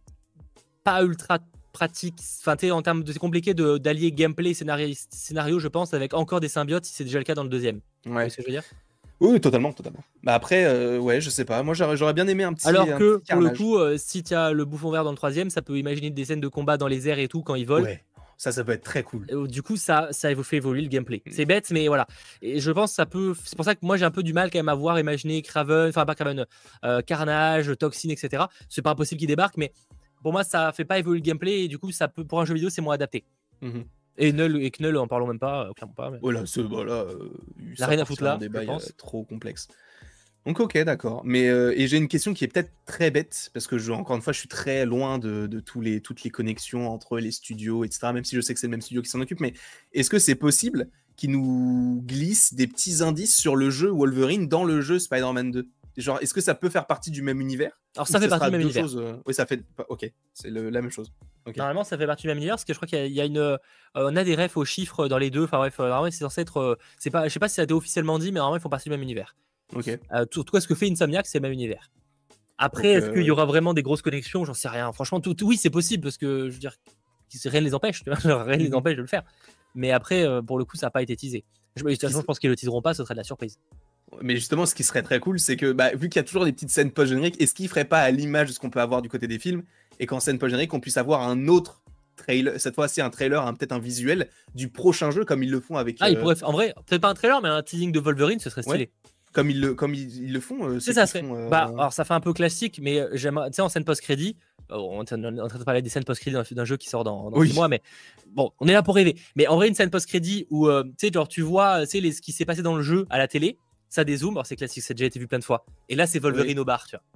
pas ultra pratique. Enfin, tu sais, en termes de, c'est compliqué de- d'allier gameplay et scénario, scénario, je pense, avec encore des symbiotes si c'est déjà le cas dans le deuxième. Tu vois Ouais. ce que je veux dire? Oui, oui, totalement, totalement. Bah après, euh, ouais, je sais pas. Moi, j'aurais j'aurais bien aimé un petit, Alors un que, petit pour le Carnage. coup, euh, si tu as le bouffon vert dans le troisième, ça peut imaginer des scènes de combat dans les airs et tout quand ils volent. Ouais, ça, ça peut être très cool. Euh, Du coup, ça, ça fait évoluer le gameplay. Mm. C'est bête, mais voilà. Et je pense que ça peut. C'est pour ça que moi, j'ai un peu du mal quand même à voir imaginer Kraven, enfin pas Kraven, euh, Carnage, Toxin, et cetera. C'est pas impossible qu'il débarque, mais pour moi, ça fait pas évoluer le gameplay et du coup, ça peut, pour un jeu vidéo, c'est moins adapté. Mhm. Et Null, et Knull, en parlons même pas, euh, clairement pas. mais- Voilà, ce, voilà, euh, La ça rien à partira foutre là, en débat, je il y a pense. trop complexe. Donc ok, d'accord. Mais euh, et j'ai une question qui est peut-être très bête parce que je, encore une fois, je suis très loin de, de tous les, toutes les connexions entre les studios, et cetera. Même si je sais que c'est le même studio qui s'en occupe, mais est-ce que c'est possible qu'ils nous glissent des petits indices sur le jeu Wolverine dans le jeu Spider-Man deux? Genre, est-ce que ça peut faire partie du même univers? Alors, Ou ça fait ce partie sera du même deux univers. choses, euh, Oui, ça fait. Ok, c'est le- la même chose. Ok. Normalement, ça fait partie du même univers parce que je crois qu'il y a, il y a une. euh, on a des refs aux chiffres dans les deux. Enfin bref, euh, normalement, c'est censé être. euh, c'est pas, je sais pas si ça a été officiellement dit, mais normalement, ils font partie du même univers. Ok. Euh, tout, tout ce que fait Insomniac, c'est le même univers. Après, Donc, est-ce qu'il y euh, aura vraiment des grosses connexions? J'en sais rien. Franchement, tout, tout- oui, c'est possible parce que je veux dire, rien ne les empêche. Tu vois, genre, rien ne les Mhm. empêche de le faire. Mais après, euh, pour le coup, ça n'a pas été teasé. Je, de toute façon, je pense qu'ils le teaseront pas. Ce serait de la surprise. Mais justement, ce qui serait très cool, c'est que bah, vu qu'il y a toujours des petites scènes post-génériques, est-ce qu'ils feraient pas à l'image de ce qu'on peut avoir du côté des films et qu'en scène post-générique, on puisse avoir un autre trailer, cette fois-ci un trailer, un- peut-être un visuel du prochain jeu comme ils le font avec. Ah, ils euh, pourraient, en vrai, peut-être pas un trailer, mais un teasing de Wolverine, ce serait stylé. Ouais. Comme ils le, comme ils, ils le font. euh, Tu ceux sais, ça qui serait. font, euh, Bah, alors, ça fait un peu classique, mais euh, j'aimerais. Tu sais, en scène post-crédit, euh, on est en train de parler des scènes post-crédit d'un, d'un jeu qui sort dans, dans Oui. six mois, mais bon, on est là pour rêver. Mais en vrai, une scène post-crédit où, euh, tu sais, genre, tu vois, tu sais, les, ce qui s'est passé dans le jeu à la télé, ça dézoome. Alors, c'est classique, ça a déjà été vu plein de fois. Et là, c'est Wolverine au bar, tu vois.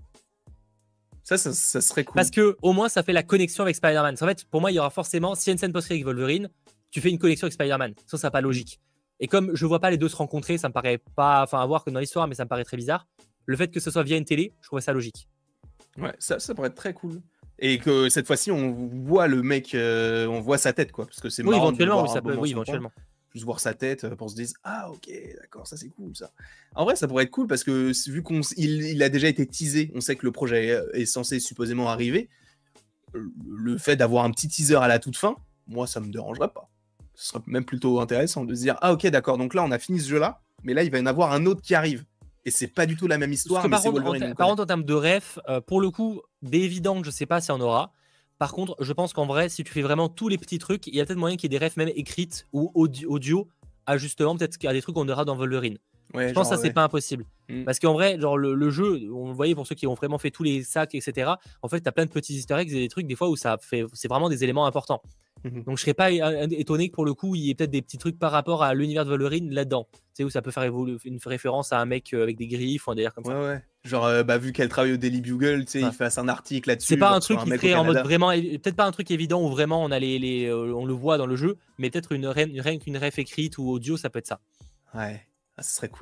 Ça, ça, ça serait cool. Parce que au moins, ça fait la connexion avec Spider-Man. En fait, pour moi, il y aura forcément, s'il y a une scène post-crédit avec Wolverine, tu fais une connexion avec Spider-Man. Ça, ça n'a pas logique. Et comme je vois pas les deux se rencontrer, ça me paraît pas, enfin, à voir que dans l'histoire, mais ça me paraît très bizarre. Le fait que ce soit via une télé, je trouvais ça logique. Ouais, ça, ça pourrait être très cool. Et que cette fois-ci, on voit le mec, euh, on voit sa tête, quoi. Parce que c'est Oui, marrant de éventuellement, voir oui, un ça peut, moment oui, son point. éventuellement. Juste voir sa tête euh, pour se dire ah ok d'accord, ça c'est cool ça. En vrai ça pourrait être cool parce que s- vu qu'on s- il, il a déjà été teasé, on sait que le projet est, est censé supposément arriver. Euh, Le fait d'avoir un petit teaser à la toute fin, moi ça me dérangerait pas. Ce serait même plutôt intéressant de se dire ah ok d'accord, donc là on a fini ce jeu là, mais là il va y en avoir un autre qui arrive et c'est pas du tout la même Parce histoire que mais par c'est contre, en, Wolverine. ter- on par connaît. contre, en termes de ref, euh, pour le coup, d'évident, je sais pas si on aura. Par contre, je pense qu'en vrai, si tu fais vraiment tous les petits trucs, il y a peut-être moyen qu'il y ait des refs même écrites ou audi- audio, ajustement, peut-être qu'il y a des trucs qu'on aura dans Wolverine. Ouais, Je pense que genre, ça, c'est ouais. pas impossible. Mm. Parce qu'en vrai, genre le, le jeu, on le voyait pour ceux qui ont vraiment fait tous les sacs, et cetera. En fait, tu as plein de petits easter eggs et des trucs, des fois, où ça fait, c'est vraiment des éléments importants. Mhm. Donc, je serais pas é- étonné que pour le coup, il y ait peut-être des petits trucs par rapport à l'univers de Wolverine là-dedans. Tu sais, où ça peut faire évoluer une référence à un mec euh, avec des griffes ou un délire comme ça. Ouais ouais. Genre euh, bah vu qu'elle travaille au Daily Bugle, tu sais, Ouais. il fasse un article là-dessus. C'est pas genre un sur truc qui mec au serait en mode Canada. vraiment, peut-être pas un truc évident où vraiment on a les, les, euh, on le voit dans le jeu, mais peut-être une, rien rien qu'une ref écrite ou audio, ça peut être ça. Ouais, ah, ça serait cool ça.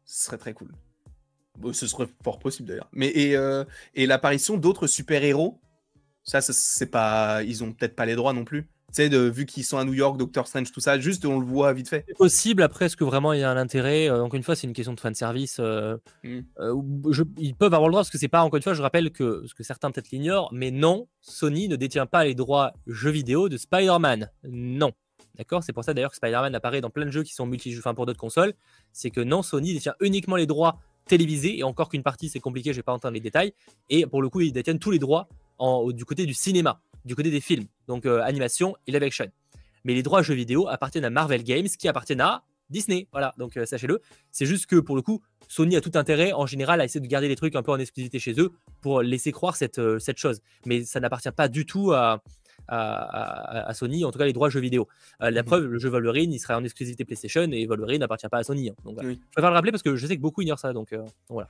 Ce serait très cool. Bon, ce serait fort possible d'ailleurs. Mais et, euh, et l'apparition d'autres super-héros, ça, ça c'est pas, ils ont peut-être pas les droits non plus. Tu sais, de, vu qu'ils sont à New York, Doctor Strange, tout ça, juste on le voit vite fait. C'est possible. Après, est-ce que vraiment il y a un intérêt? euh, Encore une fois, c'est une question de fanservice. Euh, Mm. euh, je- ils peuvent avoir le droit parce que c'est pas. Encore une fois, je rappelle que ce que certains peut-être l'ignorent, mais non, Sony ne détient pas les droits jeux vidéo de Spider-Man. Non. D'accord? C'est pour ça d'ailleurs que Spider-Man apparaît dans plein de jeux qui sont multi, enfin pour d'autres consoles. C'est que non, Sony détient uniquement les droits télévisés et encore qu'une partie c'est compliqué, je vais pas entendre les détails. Et pour le coup, ils détiennent tous les droits en, du côté du cinéma, du côté des films, donc euh, animation et live action. Mais les droits jeux vidéo appartiennent à Marvel Games qui appartiennent à Disney. Voilà, donc euh, sachez-le. C'est juste que pour le coup, Sony a tout intérêt en général à essayer de garder les trucs un peu en exclusivité chez eux pour laisser croire cette, euh, cette chose. Mais ça n'appartient pas du tout à, à, à, à Sony, en tout cas les droits jeux vidéo. Euh, la Mhm. preuve, le jeu Wolverine, il sera en exclusivité PlayStation et Wolverine n'appartient pas à Sony. hein. Donc, voilà. Oui. Je préfère le rappeler parce que je sais que beaucoup ignorent ça. Donc, euh, donc voilà.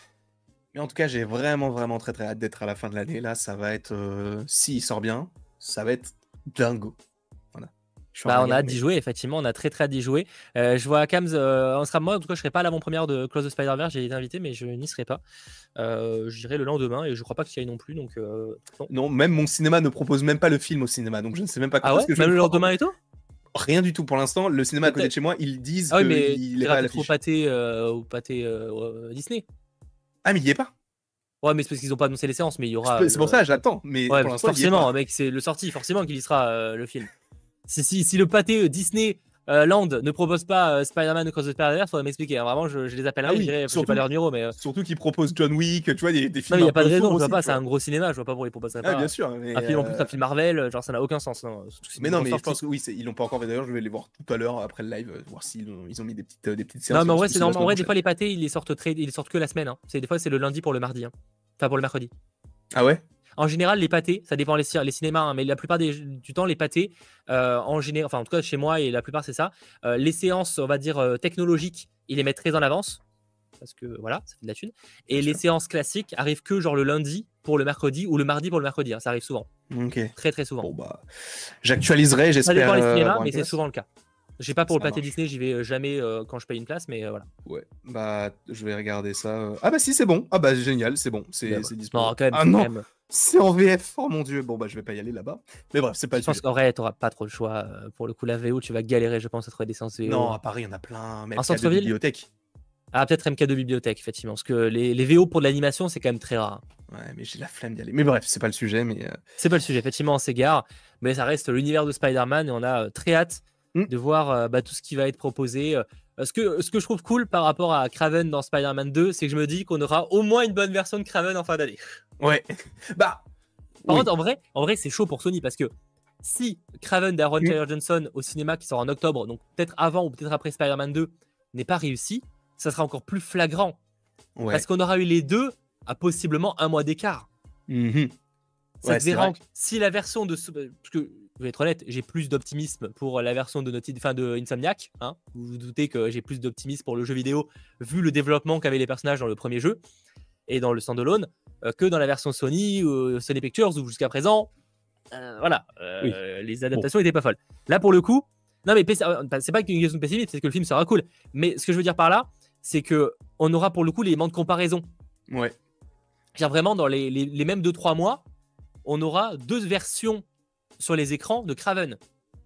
Mais en tout cas, j'ai vraiment, vraiment très, très hâte d'être à la fin de l'année. Là, ça va être, euh, s'il sort bien, ça va être dingo. Voilà. Je suis en Bah, train on de a hâte regarder, d'y jouer, effectivement, on a très très hâte d'y jouer. Euh, je vois Kams, euh, on sera moi, en tout cas, je serai pas à l'avant-première de Close the Spider-Verse, j'ai été invité, mais je n'y serai pas. Euh, J'irai le lendemain et je crois pas que tu y ailles non plus, donc euh, non. mais- Non, même mon cinéma ne propose même pas le film au cinéma, donc je ne sais même pas quand Ah est-ce ouais, que je même vais le le voir. lendemain et tout. Rien du tout pour l'instant. Le cinéma à côté Peut-être. de chez moi, ils disent Ah oui, mais qu'il tu est pas à peut-être trop l'affiche. pâté euh, au pâté euh, euh, Disney. Ah, mais il y est pas. Ouais, mais c'est parce qu'ils ont pas annoncé les séances, mais il y Je aura. peux- C'est pour le- ça, j'attends. Mais Ouais, pour l'instant, il y est forcément, pas. mec, c'est le sorti, forcément qu'il y sera euh, le film. Si, si, si le pâté euh, Disney euh, Land ne propose pas euh, Spider-Man Across the Spider-Verse, faudrait m'expliquer. hein. Vraiment, je, je les appellerai, Ah oui, je dirais, je sais surtout- pas leur numéro, mais. euh, Surtout qu'ils proposent John Wick, tu vois, des, des Non, films mais il n'y un a pas peu de raison, je sombres vois aussi, pas, tu c'est vois. un gros cinéma, je vois pas pourquoi ils proposeraient Ah, pas. bien sûr. Mais Un film en plus, euh, un film Marvel, genre ça n'a aucun sens. Non. Surtout si Mais c'est non, une mais je grosse pense sortie. que oui, c'est- ils l'ont pas encore fait. D'ailleurs, je vais les voir tout à l'heure après le live, euh, voir s'ils ont, ils ont mis des petites, euh, des petites séances. Non, mais en vrai, parce que c'est la normal. En semaine vrai, des prochaine. fois, les pâtés, ils les sortent, très... ils les sortent que la semaine. Hein. C'est- Des fois, c'est le lundi pour le mardi. hein. Enfin, pour le mercredi. Ah ouais? En général, les pâtés, ça dépend les, ci- les cinémas, hein, mais la plupart des, du temps, les pâtés, euh, en général, enfin en tout cas chez moi et la plupart c'est ça, euh, les séances, on va dire euh, technologiques, ils les mettent très en avance parce que voilà, ça fait de la thune. Et Bien les sûr. séances classiques arrivent que genre le lundi pour le mercredi ou le mardi pour le mercredi. hein, ça arrive souvent, Ok. très très souvent. Bon, bah, j'actualiserai, Ça j'espère. dépend les euh, cinémas, avoir une mais c'est place. souvent le cas. J'ai pas pour Ça le pâté marche. Disney, j'y vais euh, jamais euh, quand je paye une place, mais euh, voilà. Ouais, bah, je vais regarder ça. euh. Ah bah si, c'est bon. Ah bah génial, c'est bon, c'est Bah, c'est bah. dispo. Non, quand même, Ah c'est non, quand même- c'est en V F. Oh mon dieu. Bon bah je vais pas y aller là-bas. Mais bref, c'est pas Je le pense sujet. qu'en vrai, t'auras pas trop le choix. euh, Pour le coup, la V O, tu vas galérer, je pense, à trouver des séances V O. Non, à Paris, il y en a plein. Mais En il y a de centre-ville bibliothèques. Ah, peut-être M K deux Bibliothèque, effectivement. Parce que les, les V O pour de l'animation, c'est quand même très rare. Ouais, mais j'ai la flemme d'y aller. Mais bref, c'est pas le sujet. Mais euh, C'est pas le sujet, effectivement, on s'égare. Mais ça reste l'univers de Spider-Man et on a euh, très hâte Mm. de voir euh, bah, tout ce qui va être proposé. Euh, ce, que, ce que je trouve cool par rapport à Kraven dans Spider-Man deux, c'est que je me dis qu'on aura au moins une bonne version de Kraven en fin d'année. ouais. Bah. Par oui. contre, en vrai, en vrai c'est chaud pour Sony parce que si Kraven d'Aaron Mm. Taylor Johnson au cinéma qui sort en octobre, donc peut-être avant ou peut-être après Spider-Man deux, n'est pas réussi, ça sera encore plus flagrant. Ouais. Parce qu'on aura eu les deux à possiblement un mois d'écart. Mhm. Ça Ouais, devait c'est vrai. rendre- Si la version de. ce- Parce que, je vais être honnête, j'ai plus d'optimisme pour la version de, Naughty... enfin, de Insomniac. Hein. Vous vous doutez que j'ai plus d'optimisme pour le jeu vidéo, vu le développement qu'avaient les personnages dans le premier jeu et dans le standalone, euh, que dans la version Sony ou Sony Pictures, où jusqu'à présent, euh, voilà, euh, les adaptations n'étaient pas folles. Là, pour le coup, non, mais pessi- euh, c'est pas une question de pessimisme, c'est que le film sera cool. Mais ce que je veux dire par là, c'est que on aura pour le coup les éléments de comparaison. Ouais. Dire vraiment, dans les, les, les mêmes deux trois mois, on aura deux versions sur les écrans de Kraven.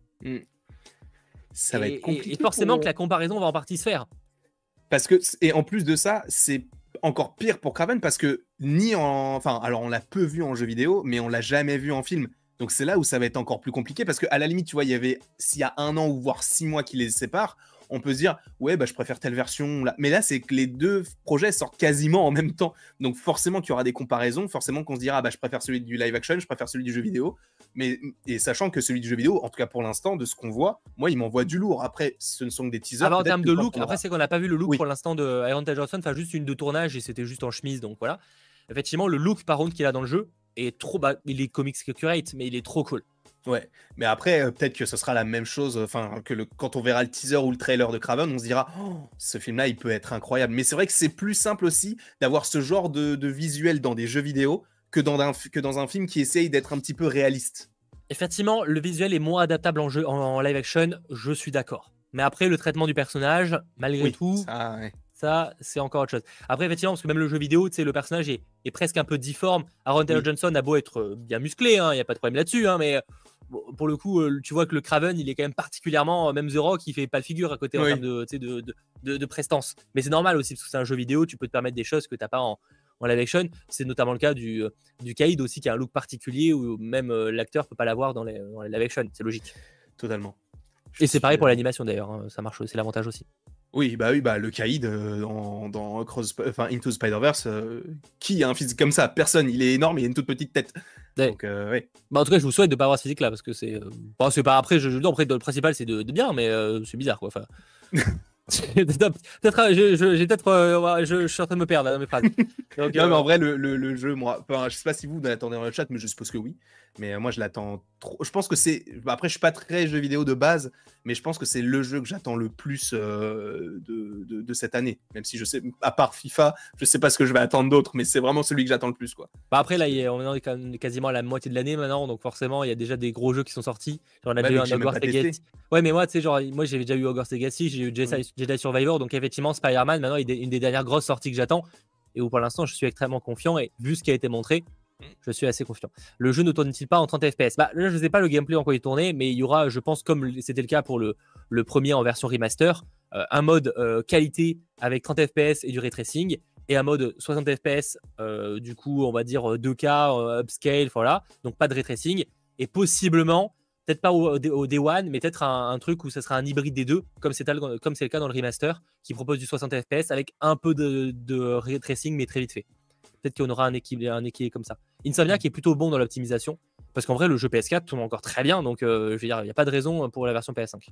Ça va et, être compliqué. et, et forcément pour- que la comparaison va en partie se faire. Parce que, et en plus de ça, c'est encore pire pour Kraven parce que ni en. Enfin, alors on l'a peu vu en jeu vidéo, mais on l'a jamais vu en film. Donc c'est là où ça va être encore plus compliqué parce qu'à la limite, tu vois, il y avait, s'il y a un an ou voire six mois qui les séparent, on peut se dire, ouais, bah je préfère telle version. Là. Mais là, c'est que les deux projets sortent quasiment en même temps. Donc forcément qu'il y aura des comparaisons, forcément qu'on se dira, bah je préfère celui du live action, je préfère celui du jeu vidéo. Mais, et sachant que celui du jeu vidéo, en tout cas pour l'instant, de ce qu'on voit, moi, il m'envoie du lourd. Après, ce ne sont que des teasers. Ah bah, en peut-être termes que de quand look, on aura- après c'est qu'on n'a pas vu le look Oui. pour l'instant de Aaron Taylor Johnson, enfin juste une de tournage et c'était juste en chemise, donc voilà. Effectivement, le look par contre qu'il a dans le jeu est trop, bah, il est comics accurate, mais il est trop cool. Ouais, mais après, euh, peut-être que ce sera la même chose, enfin, que le, quand on verra le teaser ou le trailer de Kraven, on se dira, oh, ce film-là, il peut être incroyable. Mais c'est vrai que c'est plus simple aussi d'avoir ce genre de, de visuel dans des jeux vidéo que dans, un, que dans un film qui essaye d'être un petit peu réaliste. Effectivement, le visuel est moins adaptable en, jeu, en, en live action, je suis d'accord. Mais après, le traitement du personnage, malgré Oui, tout, ça, ouais. Ça, c'est encore autre chose. Après, effectivement, parce que même le jeu vidéo, tu sais, le personnage est, est presque un peu difforme. Aaron Taylor Oui. Johnson a beau être euh, bien musclé, il n'y a pas de problème là-dessus, hein, mais bon, pour le coup, euh, tu vois que le Kraven, il est quand même particulièrement, euh, même The Rock, il fait pas le figure à côté en Oui. termes de, tu sais, de, de, de, de prestance. Mais c'est normal aussi, parce que c'est un jeu vidéo, tu peux te permettre des choses que tu n'as pas en, en live action. C'est notamment le cas du, euh, du Kaïd aussi, qui a un look particulier où même euh, l'acteur peut pas l'avoir dans les, dans les live action. C'est logique. Totalement. Et c'est pareil suis, pour euh, l'animation d'ailleurs, hein, ça marche, c'est l'avantage aussi. Oui, bah oui, bah le Kaïd euh, dans, dans Cross, enfin Into Spider-Verse, euh, qui a un physique comme ça? Personne. Il est énorme, il a une toute petite tête. Ouais. Donc euh, ouais. Bah, en tout cas, je vous souhaite de pas avoir ce physique là parce que c'est. Euh... Bon, c'est pas après, je, je... Non, après, le principal c'est de, de bien, mais euh, c'est bizarre quoi. Enfin. peut-être, je, je, j'ai peut-être, euh, je, je suis en train de me perdre là, dans mes phrases. Donc, Non, euh... mais en vrai, le, le, le jeu, moi, enfin, je sais pas si vous l'attendez dans le chat, mais je suppose que oui. Mais euh, moi, je l'attends trop. Je pense que c'est. Bah, après, je suis pas très jeu vidéo de base, mais je pense que c'est le jeu que j'attends le plus euh, de, de, de cette année. Même si je sais, à part FIFA, je sais pas ce que je vais attendre d'autre, mais c'est vraiment celui que j'attends le plus, quoi. Bah après, là, il est, on est quasiment à la moitié de l'année maintenant, donc forcément, il y a déjà des gros jeux qui sont sortis. Genre, on a Ouais, déjà mais eu un j'ai même Hogwarts pas testé. Legacy. Ouais, mais moi, tu sais, genre, moi, j'ai déjà eu Hogwarts Legacy, j'ai eu Jedi, Ouais. Jedi Survivor, donc effectivement, Spider-Man, maintenant, il est une des dernières grosses sorties que j'attends. Et où pour l'instant, je suis extrêmement confiant. Et vu ce qui a été montré, je suis assez confiant. Le jeu ne tourne-t-il pas en trente F P S? Bah, là, je ne sais pas le gameplay en quoi il tournait, mais il y aura, je pense, comme c'était le cas pour le, le premier en version remaster, euh, un mode euh, qualité avec trente F P S et du ray tracing, et un mode soixante F P S, euh, du coup, on va dire deux K, euh, upscale, voilà, donc pas de ray tracing, et possiblement, peut-être pas au, au Day One, mais peut-être un, un truc où ça sera un hybride des deux, comme c'est, comme c'est le cas dans le remaster, qui propose du soixante F P S avec un peu de, de ray tracing, mais très vite fait. Peut-être qu'on aura un équilibre, un équilibre comme ça. Insomniac est plutôt bon dans l'optimisation, parce qu'en vrai, le jeu P S quatre tourne encore très bien, donc euh, je veux dire, il n'y a pas de raison pour la version P S cinq.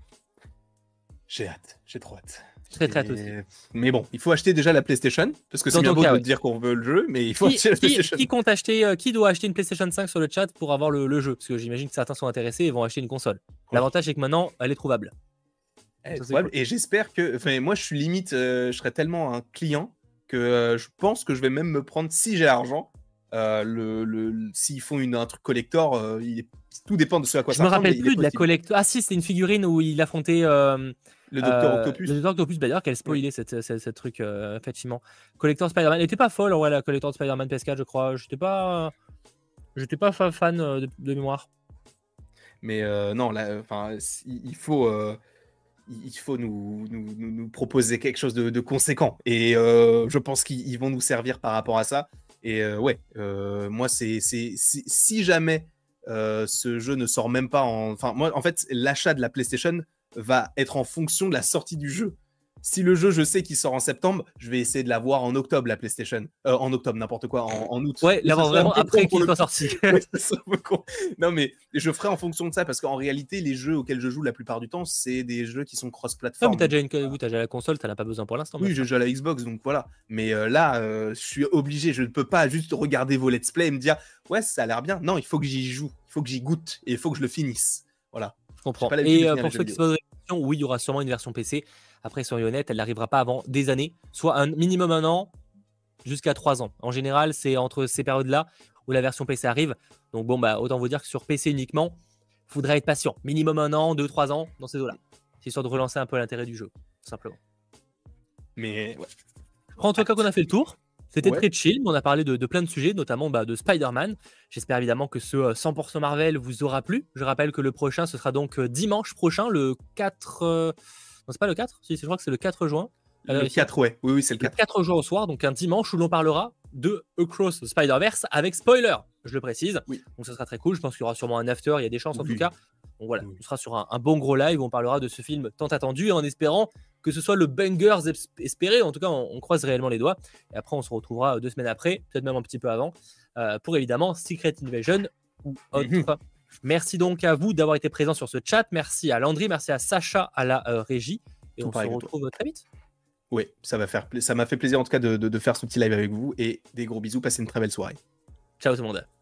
J'ai hâte, j'ai trop hâte. Très très hâte Et... aussi. Mais bon, il faut acheter déjà la PlayStation, parce que c'est bien beau cas, de ouais. dire qu'on veut le jeu, mais il faut qui, acheter la qui, PlayStation. Qui compte acheter, euh, qui doit acheter une PlayStation cinq sur le chat pour avoir le, le jeu? Parce que j'imagine que certains sont intéressés et vont acheter une console. L'avantage, c'est que maintenant, elle est trouvable. Elle est Ça, c'est trouvable, cool. et j'espère que... Enfin, moi, je suis limite, euh, je serais tellement un client que euh, je pense que je vais même me prendre, si j'ai l'argent, euh, le, le, le- s'ils font une, un truc collector, euh, il est... tout dépend de ce à quoi Je ça me ressemble, mais rappelle il est plus de la possible. collecte. Ah si, c'est une figurine où il affrontait euh, Le Docteur euh, Octopus. le Docteur Octopus. Bah, d'ailleurs, quel spoilé cette, cette, cette truc, euh, effectivement. Collector Spider-Man. Elle était pas folle, ouais, la Collector Spider-Man P S quatre, je crois. J'étais pas, j'étais pas fa- fan euh, de, de mémoire. Mais euh, non, là, enfin, il faut, euh, il faut nous, nous, nous, nous proposer quelque chose de, de conséquent. Et euh, je pense qu'ils ils vont nous servir par rapport à ça. Et euh, ouais, euh, moi, c'est, c'est, c'est- si jamais euh, ce jeu ne sort même pas en... Enfin, moi, en fait, l'achat de la PlayStation va être en fonction de la sortie du jeu. Si le jeu, je sais qu'il sort en septembre, je vais essayer de l'avoir en octobre, la PlayStation. Euh, en octobre, n'importe quoi, en, en août. Ouais, l'avoir Ça serait un vraiment peu après con pour qu'il le soit coup. sorti. Ouais, ça serait un peu con. Non, mais je ferai en fonction de ça, parce qu'en réalité, les jeux auxquels je joue la plupart du temps, c'est des jeux qui sont Non, cross-platform. mais t'as déjà, une... oui, t'as déjà la console, t'en as pas besoin pour l'instant. Oui, maintenant. j'ai déjà la Xbox, donc voilà. Mais euh, là, euh, je suis obligé, je ne peux pas juste regarder vos let's play et me dire « Ouais, ça a l'air bien ». Non, il faut que j'y joue, il faut que j'y goûte, et il faut que je le finisse. Voilà. Je comprends. J'ai pas l'habitude Et de euh, finir pour les ceux jeux qui se vidéo. poseraient la question, oui, il y aura sûrement une version P C. Après, soyons honnêtes, elle n'arrivera pas avant des années, soit un minimum un an jusqu'à trois ans. En général, c'est entre ces périodes-là où la version P C arrive. Donc bon, bah autant vous dire que sur P C uniquement, il faudra être patient. Minimum un an, deux, trois ans dans ces eaux-là. C'est histoire de relancer un peu l'intérêt du jeu, tout simplement. Mais ouais. Je crois en tout cas qu'on a fait le tour. C'était Ouais. très chill, mais on a parlé de, de plein de sujets, notamment bah, de Spider-Man. J'espère évidemment que ce euh, cent pour cent Marvel vous aura plu. Je rappelle que le prochain, ce sera donc euh, dimanche prochain, le quatre... euh, Non, c'est pas le quatre? Si, je crois que c'est le quatre juin. Le quatre, ouais. Oui, oui, c'est le Le quatre. quatre juin au soir, donc un dimanche où l'on parlera de Across the Spider-Verse avec spoiler, je le précise. Oui. Donc ça sera très cool. Je pense qu'il y aura sûrement un after, il y a des chances en Oui. tout cas. Donc voilà, Oui. on sera sur un, un bon gros live où on parlera de ce film tant attendu et en espérant que ce soit le bangers espéré. En tout cas, on, on croise réellement les doigts. Et après, on se retrouvera deux semaines après, peut-être même un petit peu avant, euh, pour évidemment Secret Invasion ou autre. Mhm. Merci donc à vous d'avoir été présents sur ce chat. Merci à Landry, merci à Sacha à la euh, régie. Et Tout on se pareil que toi. retrouve très vite. Oui, ça va faire pla- ça m'a fait plaisir en tout cas de, de, de faire ce petit live avec vous, et des gros bisous, passez une très belle soirée. Ciao tout le monde.